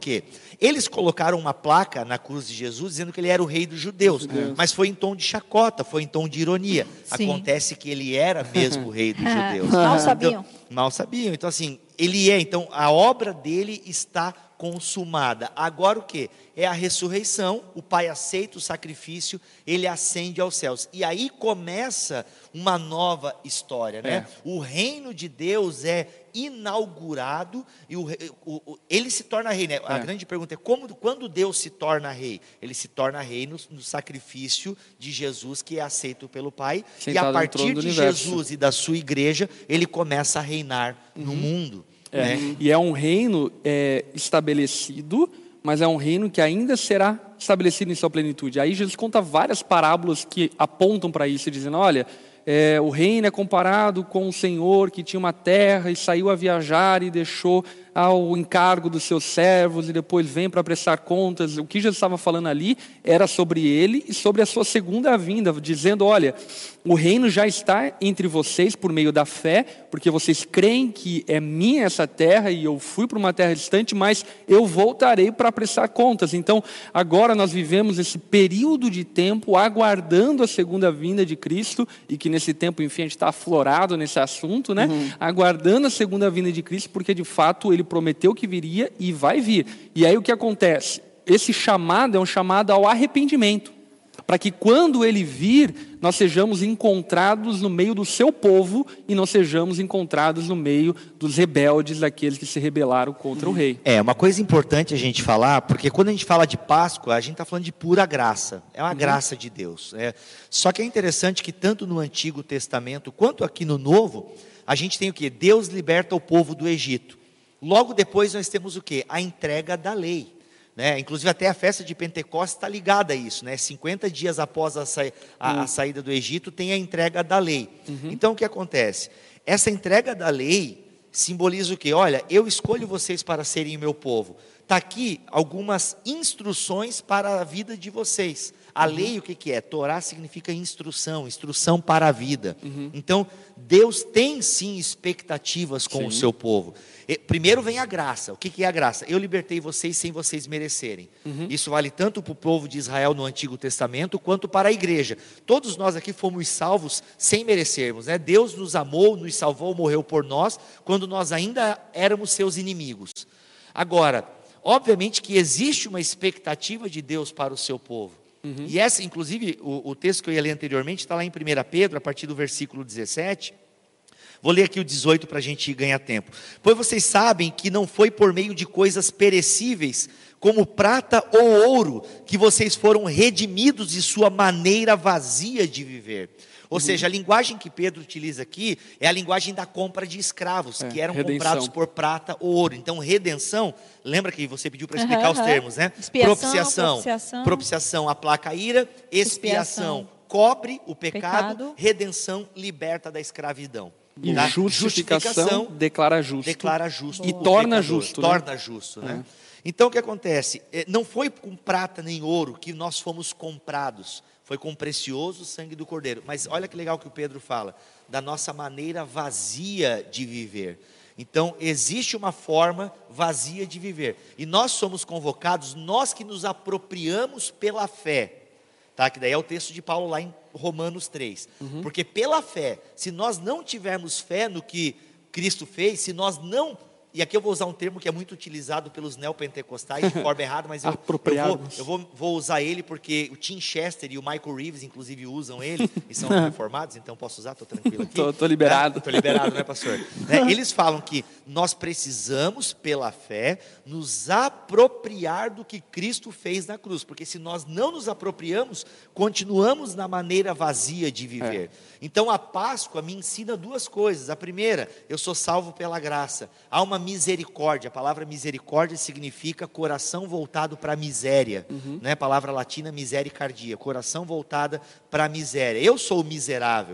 quê? Eles colocaram uma placa na cruz de Jesus dizendo que ele era o rei dos judeus, judeus. mas foi em tom de chacota, foi em tom de ironia. Sim. Acontece que ele era mesmo o rei dos judeus. Mal sabiam. Então, mal sabiam. Então, assim, ele é, então, a obra dele está consumada. Agora o quê? É a ressurreição, o Pai aceita o sacrifício, ele ascende aos céus. E aí começa uma nova história, né? É. O reino de Deus é inaugurado e o, o, o, ele se torna rei, né? A É. grande pergunta é como, quando Deus se torna rei? Ele se torna rei no, no sacrifício de Jesus, que é aceito pelo Pai. Sentado e a no partir trono do de universo. Jesus e da sua igreja, ele começa a reinar no mundo. É, Né? E é um reino é, estabelecido, mas é um reino que ainda será estabelecido em sua plenitude. Aí Jesus conta várias parábolas que apontam para isso, dizendo, olha, é, o reino é comparado com um senhor que tinha uma terra e saiu a viajar e deixou ao encargo dos seus servos e depois vem para prestar contas. O que Jesus estava falando ali era sobre ele e sobre a sua segunda vinda, dizendo, olha, o reino já está entre vocês por meio da fé, porque vocês creem que é minha essa terra e eu fui para uma terra distante, mas eu voltarei para prestar contas. Então, agora nós vivemos esse período de tempo aguardando a segunda vinda de Cristo, e que nesse tempo, enfim, a gente está aflorado nesse assunto, né? Uhum. Aguardando a segunda vinda de Cristo, porque de fato ele prometeu que viria e vai vir. E aí o que acontece? Esse chamado é um chamado ao arrependimento, para que quando ele vir, nós sejamos encontrados no meio do seu povo e não sejamos encontrados no meio dos rebeldes, daqueles que se rebelaram contra o rei. É, uma coisa importante a gente falar, porque quando a gente fala de Páscoa, a gente está falando de pura graça, é uma uhum. graça de Deus. É. Só que é interessante que tanto no Antigo Testamento, quanto aqui no Novo, a gente tem o quê? Deus liberta o povo do Egito. Logo depois nós temos o quê? A entrega da lei. Né? Inclusive até a festa de Pentecostes está ligada a isso, né? cinquenta dias após a, sa... a, uhum. a saída do Egito tem a entrega da lei. Uhum. Então o que acontece? Essa entrega da lei simboliza o quê? Olha, eu escolho vocês para serem o meu povo. Está aqui algumas instruções para a vida de vocês. A uhum. lei o que, que é? Torá significa instrução, instrução para a vida. Uhum. Então Deus tem sim expectativas com sim. o seu povo. Primeiro vem a graça. O que é a graça? Eu libertei vocês sem vocês merecerem. Uhum. Isso vale tanto para o povo de Israel no Antigo Testamento, quanto para a igreja. Todos nós aqui fomos salvos sem merecermos. Né? Deus nos amou, nos salvou, morreu por nós, quando nós ainda éramos seus inimigos. Agora, obviamente que existe uma expectativa de Deus para o seu povo. Uhum. E essa, inclusive, o, o texto que eu ia ler anteriormente, está lá em primeira Pedro, a partir do versículo dezessete. Vou ler aqui o dezoito para a gente ganhar tempo. Pois vocês sabem que não foi por meio de coisas perecíveis, como prata ou ouro, que vocês foram redimidos de sua maneira vazia de viver. Ou uhum. seja, a linguagem que Pedro utiliza aqui é a linguagem da compra de escravos, é, que eram redenção. comprados por prata ou ouro. Então, redenção, lembra que você pediu para explicar uhum, os termos, né? Expiação, propiciação, propiciação, propiciação aplaca a ira, expiação, expiação cobre o pecado, pecado, redenção liberta da escravidão. E tá? justificação, justificação declara justo. Declara justo. E torna pecador, justo. Torna né? justo, né? É. Então, o que acontece? Não foi com prata nem ouro que nós fomos comprados. Foi com o precioso sangue do Cordeiro. Mas olha que legal que o Pedro fala. Da nossa maneira vazia de viver. Então, existe uma forma vazia de viver. E nós somos convocados, nós que nos apropriamos pela fé. Tá? Que daí é o texto de Paulo lá em Romanos três. Uhum. Porque pela fé, se nós não tivermos fé no que Cristo fez, se nós não... E aqui eu vou usar um termo que é muito utilizado pelos neopentecostais de forma errada, mas eu, eu, vou, eu vou, vou usar ele porque o Tim Chester e o Michael Reeves, inclusive, usam ele, e são reformados, então posso usar, estou tranquilo aqui. Estou liberado. Estou liberado, né, pastor? Né? Eles falam que nós precisamos, pela fé, nos apropriar do que Cristo fez na cruz, porque se nós não nos apropriamos, continuamos na maneira vazia de viver. É. Então a Páscoa me ensina duas coisas. A primeira, eu sou salvo pela graça. Há uma misericórdia. A palavra misericórdia significa coração voltado para a miséria. Uhum. Né? A palavra latina misericardia, coração voltado para a miséria. Eu sou miserável.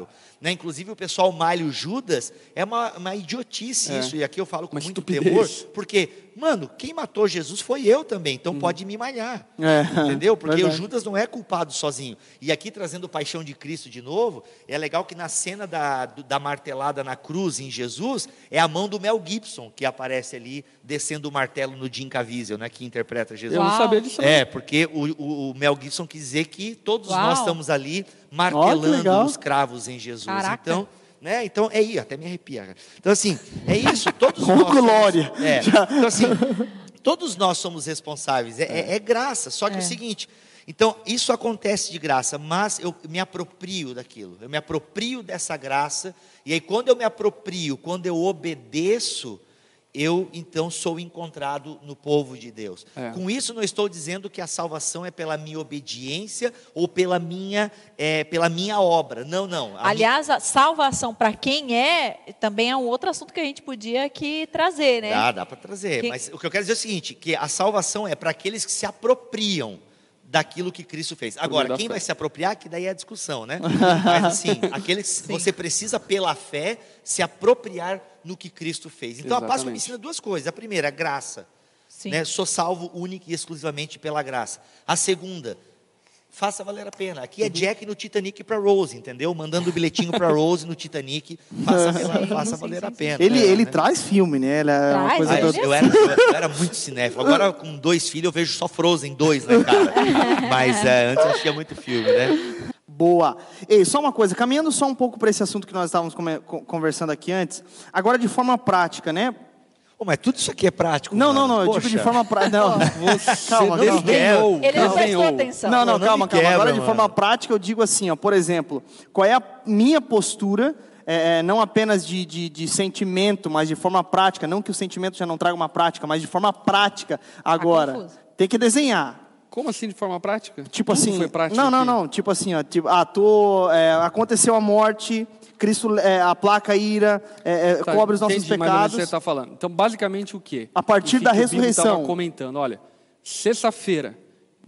Né? Inclusive o pessoal malha o Judas, é uma, uma idiotice É. isso, e aqui eu falo com Uma muito estupidez. temor, porque, mano, quem matou Jesus foi eu também, então pode me malhar, É. entendeu? Porque Verdade. o Judas não é culpado sozinho. E aqui trazendo Paixão de Cristo de novo, é legal que na cena da, do- da martelada na cruz em Jesus, é a mão do Mel Gibson que aparece ali, descendo o martelo no Jim Caviezel, né, que interpreta Jesus. Eu não Uau. sabia disso. não. É, porque o, o, o Mel Gibson quis dizer que todos Uau. nós estamos ali Ó, martelando que legal. os cravos em Jesus. Caraca. Então, né? Então é isso, até me arrepia. cara. Então assim, é isso, todos Com nós somos- glória. é, então assim, todos nós somos responsáveis, é, é- é graça, só que é. É. o seguinte, então isso acontece de graça, mas eu me aproprio daquilo, eu me aproprio dessa graça, e aí quando eu me aproprio, quando eu obedeço, eu então sou encontrado no povo de Deus. É. Com isso não estou dizendo que a salvação é pela minha obediência ou pela minha, é, pela minha obra. Não, não. A Aliás, a salvação para quem é também é um outro assunto que a gente podia aqui trazer, né? Dá, dá para trazer. Que- Mas o que eu quero dizer é o seguinte, que a salvação é para aqueles que se apropriam daquilo que Cristo fez. Agora, da quem fé. vai se apropriar, que daí é a discussão, né? Mas assim, aqueles que você precisa, pela fé, se apropriar no que Cristo fez. Então a Páscoa me Exatamente. ensina duas coisas. A primeira, a graça. Sim. Né? Sou salvo única e exclusivamente pela graça. A segunda, faça valer a pena. Aqui Uhum. é Jack no Titanic para Rose, entendeu? Mandando o bilhetinho para Rose no Titanic, faça, pela- Sim, faça sim, valer sim, a sim. pena. Ele, É, ele né? traz filme, né? Ele é uma Traz, coisa Ah, eu, toda... eu era, eu, eu era muito cinéfilo. Agora, com dois filhos, eu vejo só Frozen dois, né, cara? Mas é, antes eu assistia muito filme, né? Boa. Ei, só uma coisa, caminhando só um pouco para esse assunto que nós estávamos come- co- conversando aqui antes, agora de forma prática, né? Pô, mas tudo isso aqui é prático. Não, não, mano. não, eu digo de Poxa. forma prática. Não, Você calma, calma. desdenhou. Ele não prestou desdenhou. atenção. Não, não, Não, não calma, me calma. quebra, Agora, de forma mano. prática, eu digo assim, ó, por exemplo, qual é a minha postura, é, não apenas de, de, de sentimento, mas de forma prática, não que o sentimento já não traga uma prática, mas de forma prática agora. confuso. Tem que desenhar. Como assim de forma prática? Tipo Tudo assim, foi prático não, não, aqui? não, tipo assim, ó, tipo, ah, tô, é, aconteceu a morte, Cristo é, aplaca a ira, é, é, Tá, cobre os nossos entendi mais ou menos o que pecados. você está falando. Então, basicamente o quê? A partir O que da que o Bibo ressurreição. estava comentando, olha, sexta-feira,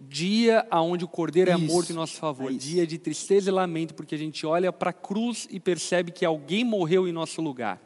dia onde o cordeiro é Isso, morto em nosso favor, é isso. dia de tristeza e lamento, porque a gente olha para a cruz e percebe que alguém morreu em nosso lugar.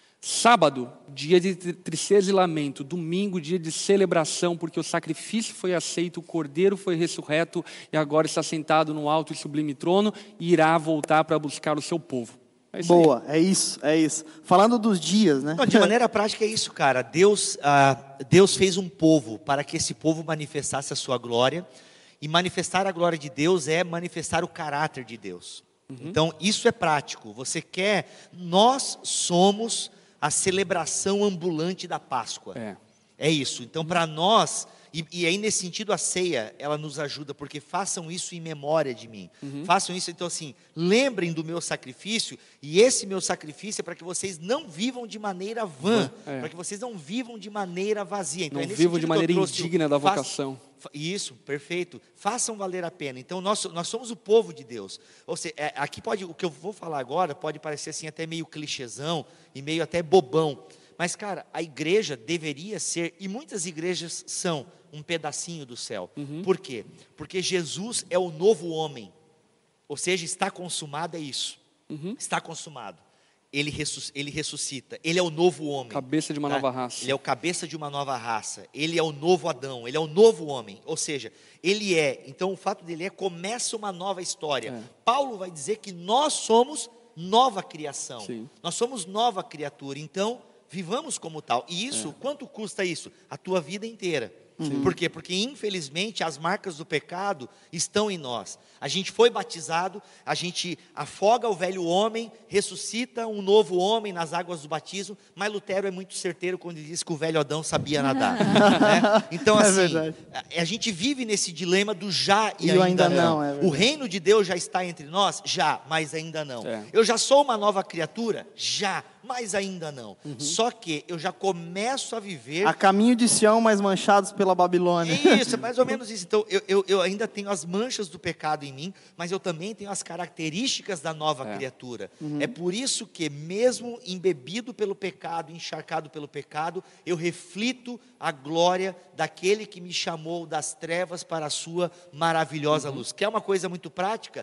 Sábado, dia de tri- tristeza e lamento. Domingo, dia de celebração, porque o sacrifício foi aceito, o cordeiro foi ressurreto e agora está sentado no alto e sublime trono e irá voltar para buscar o seu povo. É isso aí. Boa, é isso, é isso. Falando dos dias, né? Não, de maneira prática é isso, cara. Deus, ah, Deus fez um povo para que esse povo manifestasse a sua glória. E manifestar a glória de Deus é manifestar o caráter de Deus. Então, isso é prático. Você quer... Nós somos a celebração ambulante da Páscoa. É. É isso. Então, para nós, e, e aí nesse sentido a ceia, ela nos ajuda, porque façam isso em memória de mim. Façam isso, então assim, lembrem do meu sacrifício, e esse meu sacrifício é para que vocês não vivam de maneira vã, É. para que vocês não vivam de maneira vazia. Então, Não é nesse vivam sentido de que eu maneira trouxe o- indigna da faça- vocação. Fa- Isso, perfeito. Façam valer a pena. Então, nós, nós somos o povo de Deus. Ou seja, é, aqui pode, o que eu vou falar agora pode parecer assim até meio clichêzão e meio até bobão. Mas, cara, a igreja deveria ser, e muitas igrejas são, um pedacinho do céu. Por quê? Porque Jesus é o novo homem. Ou seja, está consumado, é isso. Está consumado. Ele, ressus- ele ressuscita. Ele é o novo homem. Cabeça de uma tá? nova raça. Ele é o cabeça de uma nova raça. Ele é o novo Adão. Ele é o novo homem. Ou seja, ele é. Então, o fato dele é, começa uma nova história. É. Paulo vai dizer que nós somos nova criação. Sim. Nós somos nova criatura. Então, vivamos como tal. E isso, É. quanto custa isso? A tua vida inteira. Por quê? Porque, infelizmente, as marcas do pecado estão em nós. A gente foi batizado, a gente afoga o velho homem, ressuscita um novo homem nas águas do batismo, mas Lutero é muito certeiro quando ele diz que o velho Adão sabia nadar. né? Então, É assim, verdade. a, a gente vive nesse dilema do já e, E o ainda, ainda não. não, é verdade. O reino de Deus já está entre nós? Já, mas ainda não. É. Eu já sou uma nova criatura? Já, mas ainda não. Uhum. Só que eu já começo a viver... A caminho de Sião, mas manchados pela Babilônia. Isso, é mais ou menos isso. Então, eu, eu, eu ainda tenho as manchas do pecado em mim, mas eu também tenho as características da nova É. criatura. É por isso que, mesmo embebido pelo pecado, encharcado pelo pecado, eu reflito a glória daquele que me chamou das trevas para a sua maravilhosa luz. Que é uma coisa muito prática.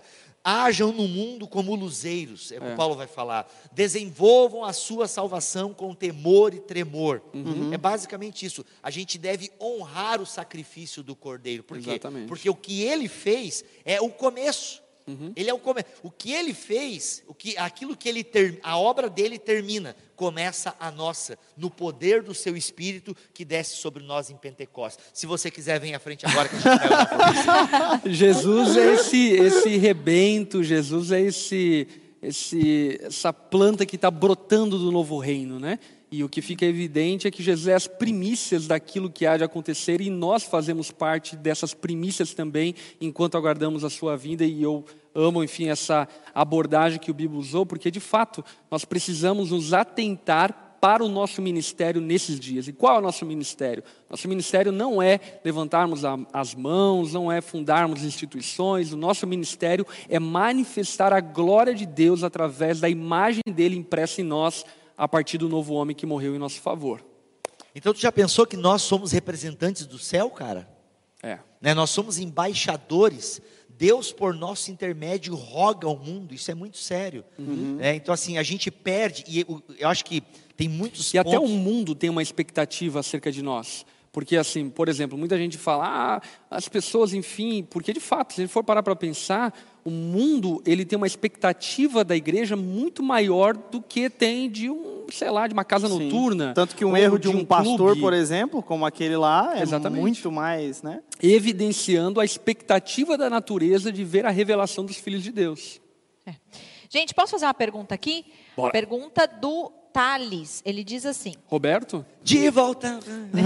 hajam no mundo como luzeiros, é o que É. Paulo vai falar. Desenvolvam a sua salvação com temor e tremor. Uhum. É basicamente isso. A gente deve honrar o sacrifício do Cordeiro. Por quê? Exatamente. Porque o que ele fez é o começo. Uhum. Ele é o começo. O que ele fez, o que, aquilo que ele ter, a obra dele termina, começa a nossa, no poder do seu Espírito que desce sobre nós em Pentecostes. Se você quiser, vem à frente agora que a gente vai orar por isso. Jesus é esse, esse rebento, Jesus é esse, esse, essa planta que está brotando do novo reino, né? E o que fica evidente é que Jesus é as primícias daquilo que há de acontecer e nós fazemos parte dessas primícias também, enquanto aguardamos a sua vinda. E eu amo, enfim, essa abordagem que o Bíblia usou, porque de fato nós precisamos nos atentar para o nosso ministério nesses dias. E qual é o nosso ministério? Nosso ministério não é levantarmos a, as mãos, não é fundarmos instituições. O nosso ministério é manifestar a glória de Deus através da imagem dele impressa em nós, a partir do novo homem que morreu em nosso favor. Então, tu já pensou que nós somos representantes do céu, cara? É. Né? Nós somos embaixadores. Deus, por nosso intermédio, roga ao mundo. Isso é muito sério. Uhum. É, então, assim, a gente perde. E eu, eu acho que tem muitos E pontos... até o mundo tem uma expectativa acerca de nós. Porque, assim, por exemplo, muita gente fala, ah, as pessoas, enfim... Porque, de fato, se a gente for parar para pensar, o mundo, ele tem uma expectativa da igreja muito maior do que tem de um, sei lá, de uma casa Sim. noturna. Tanto que um ou erro de um, pastor, clube, por exemplo, como aquele lá, é Exatamente. muito mais, né? evidenciando a expectativa da natureza de ver a revelação dos filhos de Deus. É. Gente, posso fazer uma pergunta aqui? Bora. Pergunta do Thales. Ele diz assim... Roberto? De volta,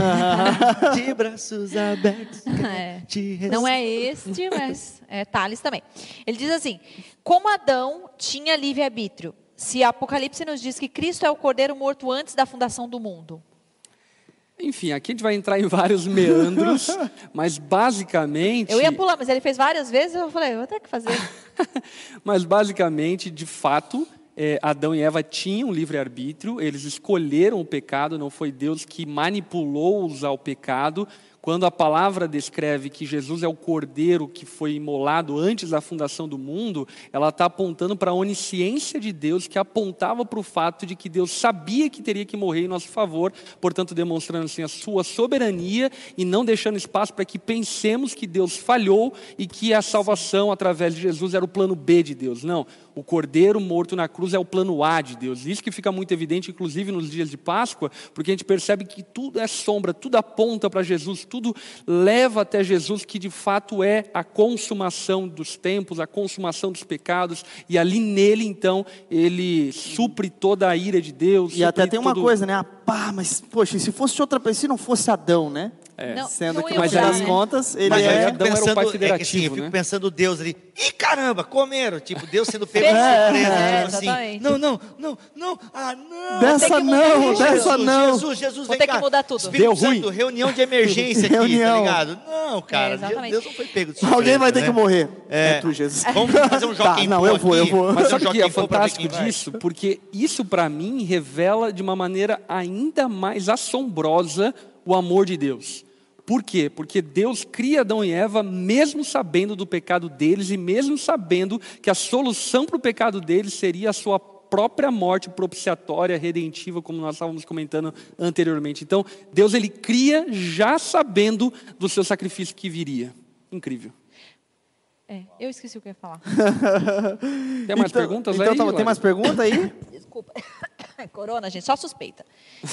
de braços abertos. É. Te Não é este, mas é Thales também. Ele diz assim: como Adão tinha livre-arbítrio, se Apocalipse nos diz que Cristo é o Cordeiro morto antes da fundação do mundo? Enfim, aqui a gente vai entrar em vários meandros, mas basicamente... Eu ia pular, mas ele fez várias vezes, eu falei, vou ter que fazer. Mas basicamente, de fato, é, Adão e Eva tinham livre-arbítrio, eles escolheram o pecado, não foi Deus que manipulou-os ao pecado. Quando a palavra descreve que Jesus é o cordeiro que foi imolado antes da fundação do mundo, ela está apontando para a onisciência de Deus, que apontava para o fato de que Deus sabia que teria que morrer em nosso favor, portanto demonstrando assim a sua soberania e não deixando espaço para que pensemos que Deus falhou e que a salvação através de Jesus era o plano B de Deus. Não, o cordeiro morto na cruz é o plano A de Deus. Isso que fica muito evidente, inclusive nos dias de Páscoa, porque a gente percebe que tudo é sombra, tudo aponta para Jesus, tudo leva até Jesus, que de fato é a consumação dos tempos, a consumação dos pecados, e ali nele, então, ele supre toda a ira de Deus. E até tem uma todo... coisa, né? Ah, pá, mas, poxa, e se fosse outra pessoa, se não fosse Adão, né? É. Não, Sendo não que, ia no mas fim mudar, das né? contas, ele Mas eu é... fico Adão era o pensando, pai é que, assim, eu federativo, fico né? pensando Deus ali, ih, caramba, comeram, tipo, Deus sendo pego de É, surpresa, é, tipo assim, exatamente. não, não, não, não, ah, não. Dessa Tem que mudar não, isso. dessa Jesus, não. Jesus, Jesus, Vou vem ter que cá. mudar tudo. Espírito Deu Santo, ruim. reunião de emergência aqui, Reunião. tá ligado? Não, cara, É, exatamente. Deus não foi pego de surpresa. Alguém vai ter né? que morrer. É. É tu, Jesus. Vamos fazer um Tá, joguinho não, eu vou, eu vou. Mas Fazer um sabe o que é joguinho pra ver fantástico quem vai. disso? Porque isso, para mim, revela de uma maneira ainda mais assombrosa o amor de Deus. Por quê? Porque Deus cria Adão e Eva mesmo sabendo do pecado deles e mesmo sabendo que a solução para o pecado deles seria a sua própria morte propiciatória, redentiva, como nós estávamos comentando anteriormente. Então, Deus ele cria já sabendo do seu sacrifício que viria. Incrível. É, eu esqueci o que eu ia falar. Tem mais Então- perguntas então, aí? tá bom, Hilário? tem mais pergunta aí? Desculpa. Corona, gente, só suspeita.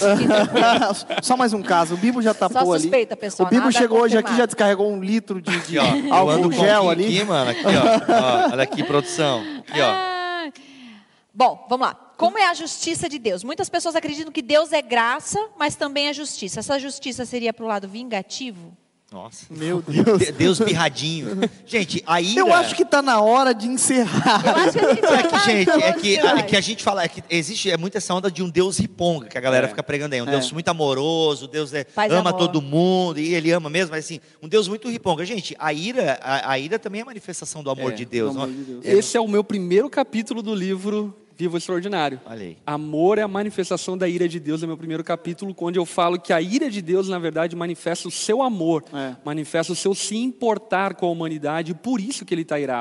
Só mais um caso. O Bibo já tapou Só ali. suspeita, pessoal, O Bibo nada chegou hoje aqui confirmado. já descarregou um litro de, de Aqui, ó, eu álcool ando com gel um ali. aqui, mano, aqui, ó. Ó, olha aqui, produção. Aqui, ó. Ah, bom, vamos lá. Como é a justiça de Deus? Muitas pessoas acreditam que Deus é graça, mas também é justiça. Essa justiça seria para o lado vingativo? Nossa. Meu Deus. De- Deus pirradinho. Gente, a ira... Eu acho que tá na hora de encerrar. Eu acho que a gente É que, vai, gente, então é onde que, você vai? é que a gente fala, é que existe é muito essa onda de um Deus riponga, que a galera É. fica pregando aí. Um É. Deus muito amoroso, Deus é, Paz e ama amor. todo mundo, e ele ama mesmo, mas assim, um Deus muito riponga. Gente, a ira, a, a ira também é manifestação do amor É, de Deus. do amor não- de Deus. É, Esse é o meu primeiro capítulo do livro Vivo Extraordinário. Olha aí. Amor é a manifestação da ira de Deus, é meu primeiro capítulo, onde eu falo que a ira de Deus, na verdade, manifesta o seu amor, É. manifesta o seu se importar com a humanidade, e por isso que ele está irado.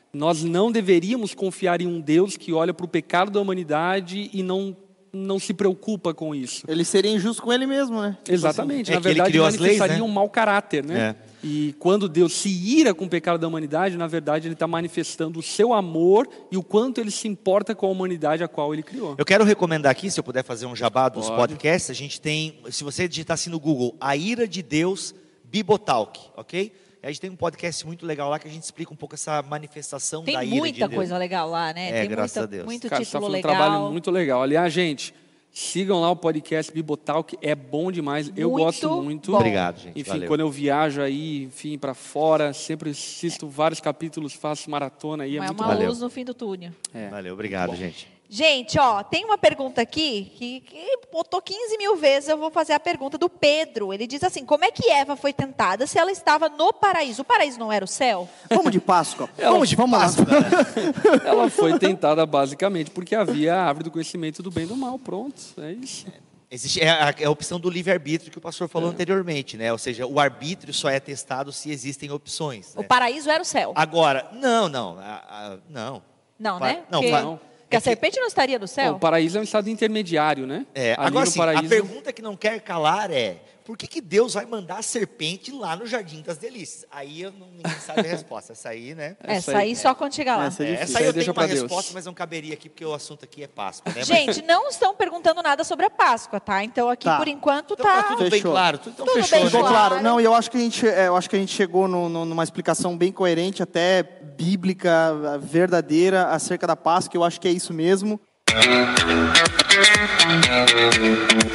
Nós não deveríamos confiar em um Deus que olha para o pecado da humanidade e não, não se preocupa com isso. Ele seria injusto com ele mesmo, né? Exatamente. É Na que ele verdade, criou as leis, manifestaria né? um mau caráter, né? É. E quando Deus se ira com o pecado da humanidade, na verdade, ele está manifestando o seu amor e o quanto ele se importa com a humanidade a qual ele criou. Eu quero recomendar aqui, se eu puder fazer um jabá dos Pode. podcasts, a gente tem, se você digitar assim no Google, A Ira de Deus Bibotalk, ok? A gente tem um podcast muito legal lá que a gente explica um pouco essa manifestação Tem da ira de Deus. muita coisa legal lá, né? É, Tem graças muita, a Deus. muito Cara, você tá título fazendo um legal. trabalho muito legal. Aliás, gente, sigam lá o podcast Bibotalk, é bom demais. Eu Muito gosto muito. bom. Obrigado, gente. Enfim, Valeu. quando eu viajo aí, enfim, para fora, sempre assisto vários capítulos, faço maratona aí, é É muito uma bom. Valeu. luz no fim do túnel. É. Valeu, obrigado, gente. Gente, ó, tem uma pergunta aqui que, que botou quinze mil vezes, eu vou fazer a pergunta do Pedro. Ele diz assim, como é que Eva foi tentada se ela estava no paraíso? O paraíso não era o céu? Vamos de Páscoa. Vamos de vamos Páscoa. lá. Ela foi tentada basicamente porque havia a árvore do conhecimento do bem e do mal. Pronto, é isso. Existe, é, a, é a opção do livre-arbítrio que o pastor falou anteriormente, né? Ou seja, o arbítrio só é testado se existem opções. O Né? paraíso era o céu? Agora, não, não, a- a- não. Não, Pa- né? não, Porque, pa- não. porque a é que- serpente não estaria no céu? O paraíso é um estado intermediário, né? É, Ali agora no sim, paraíso, a pergunta que não quer calar é: por que, que Deus vai mandar a serpente lá no Jardim das Delícias? Aí eu não, ninguém sabe a resposta. Essa aí, né? Essa essa aí aí- só quando chegar lá. Essa é É, difícil. essa aí eu Deixa tenho pra uma Deus. resposta, mas não caberia aqui porque o assunto aqui é Páscoa, né? Mas- Gente, não estão perguntando nada sobre a Páscoa, tá? Então aqui, Tá. por enquanto, Então tá tá... tudo bem Fechou. claro. Tudo, então Tudo fechou, bem né? Ficou claro. claro. Não, e eu acho que a gente, é, eu acho que a gente chegou no- no- numa explicação bem coerente, até bíblica, verdadeira, acerca da Páscoa. Eu acho que é isso mesmo.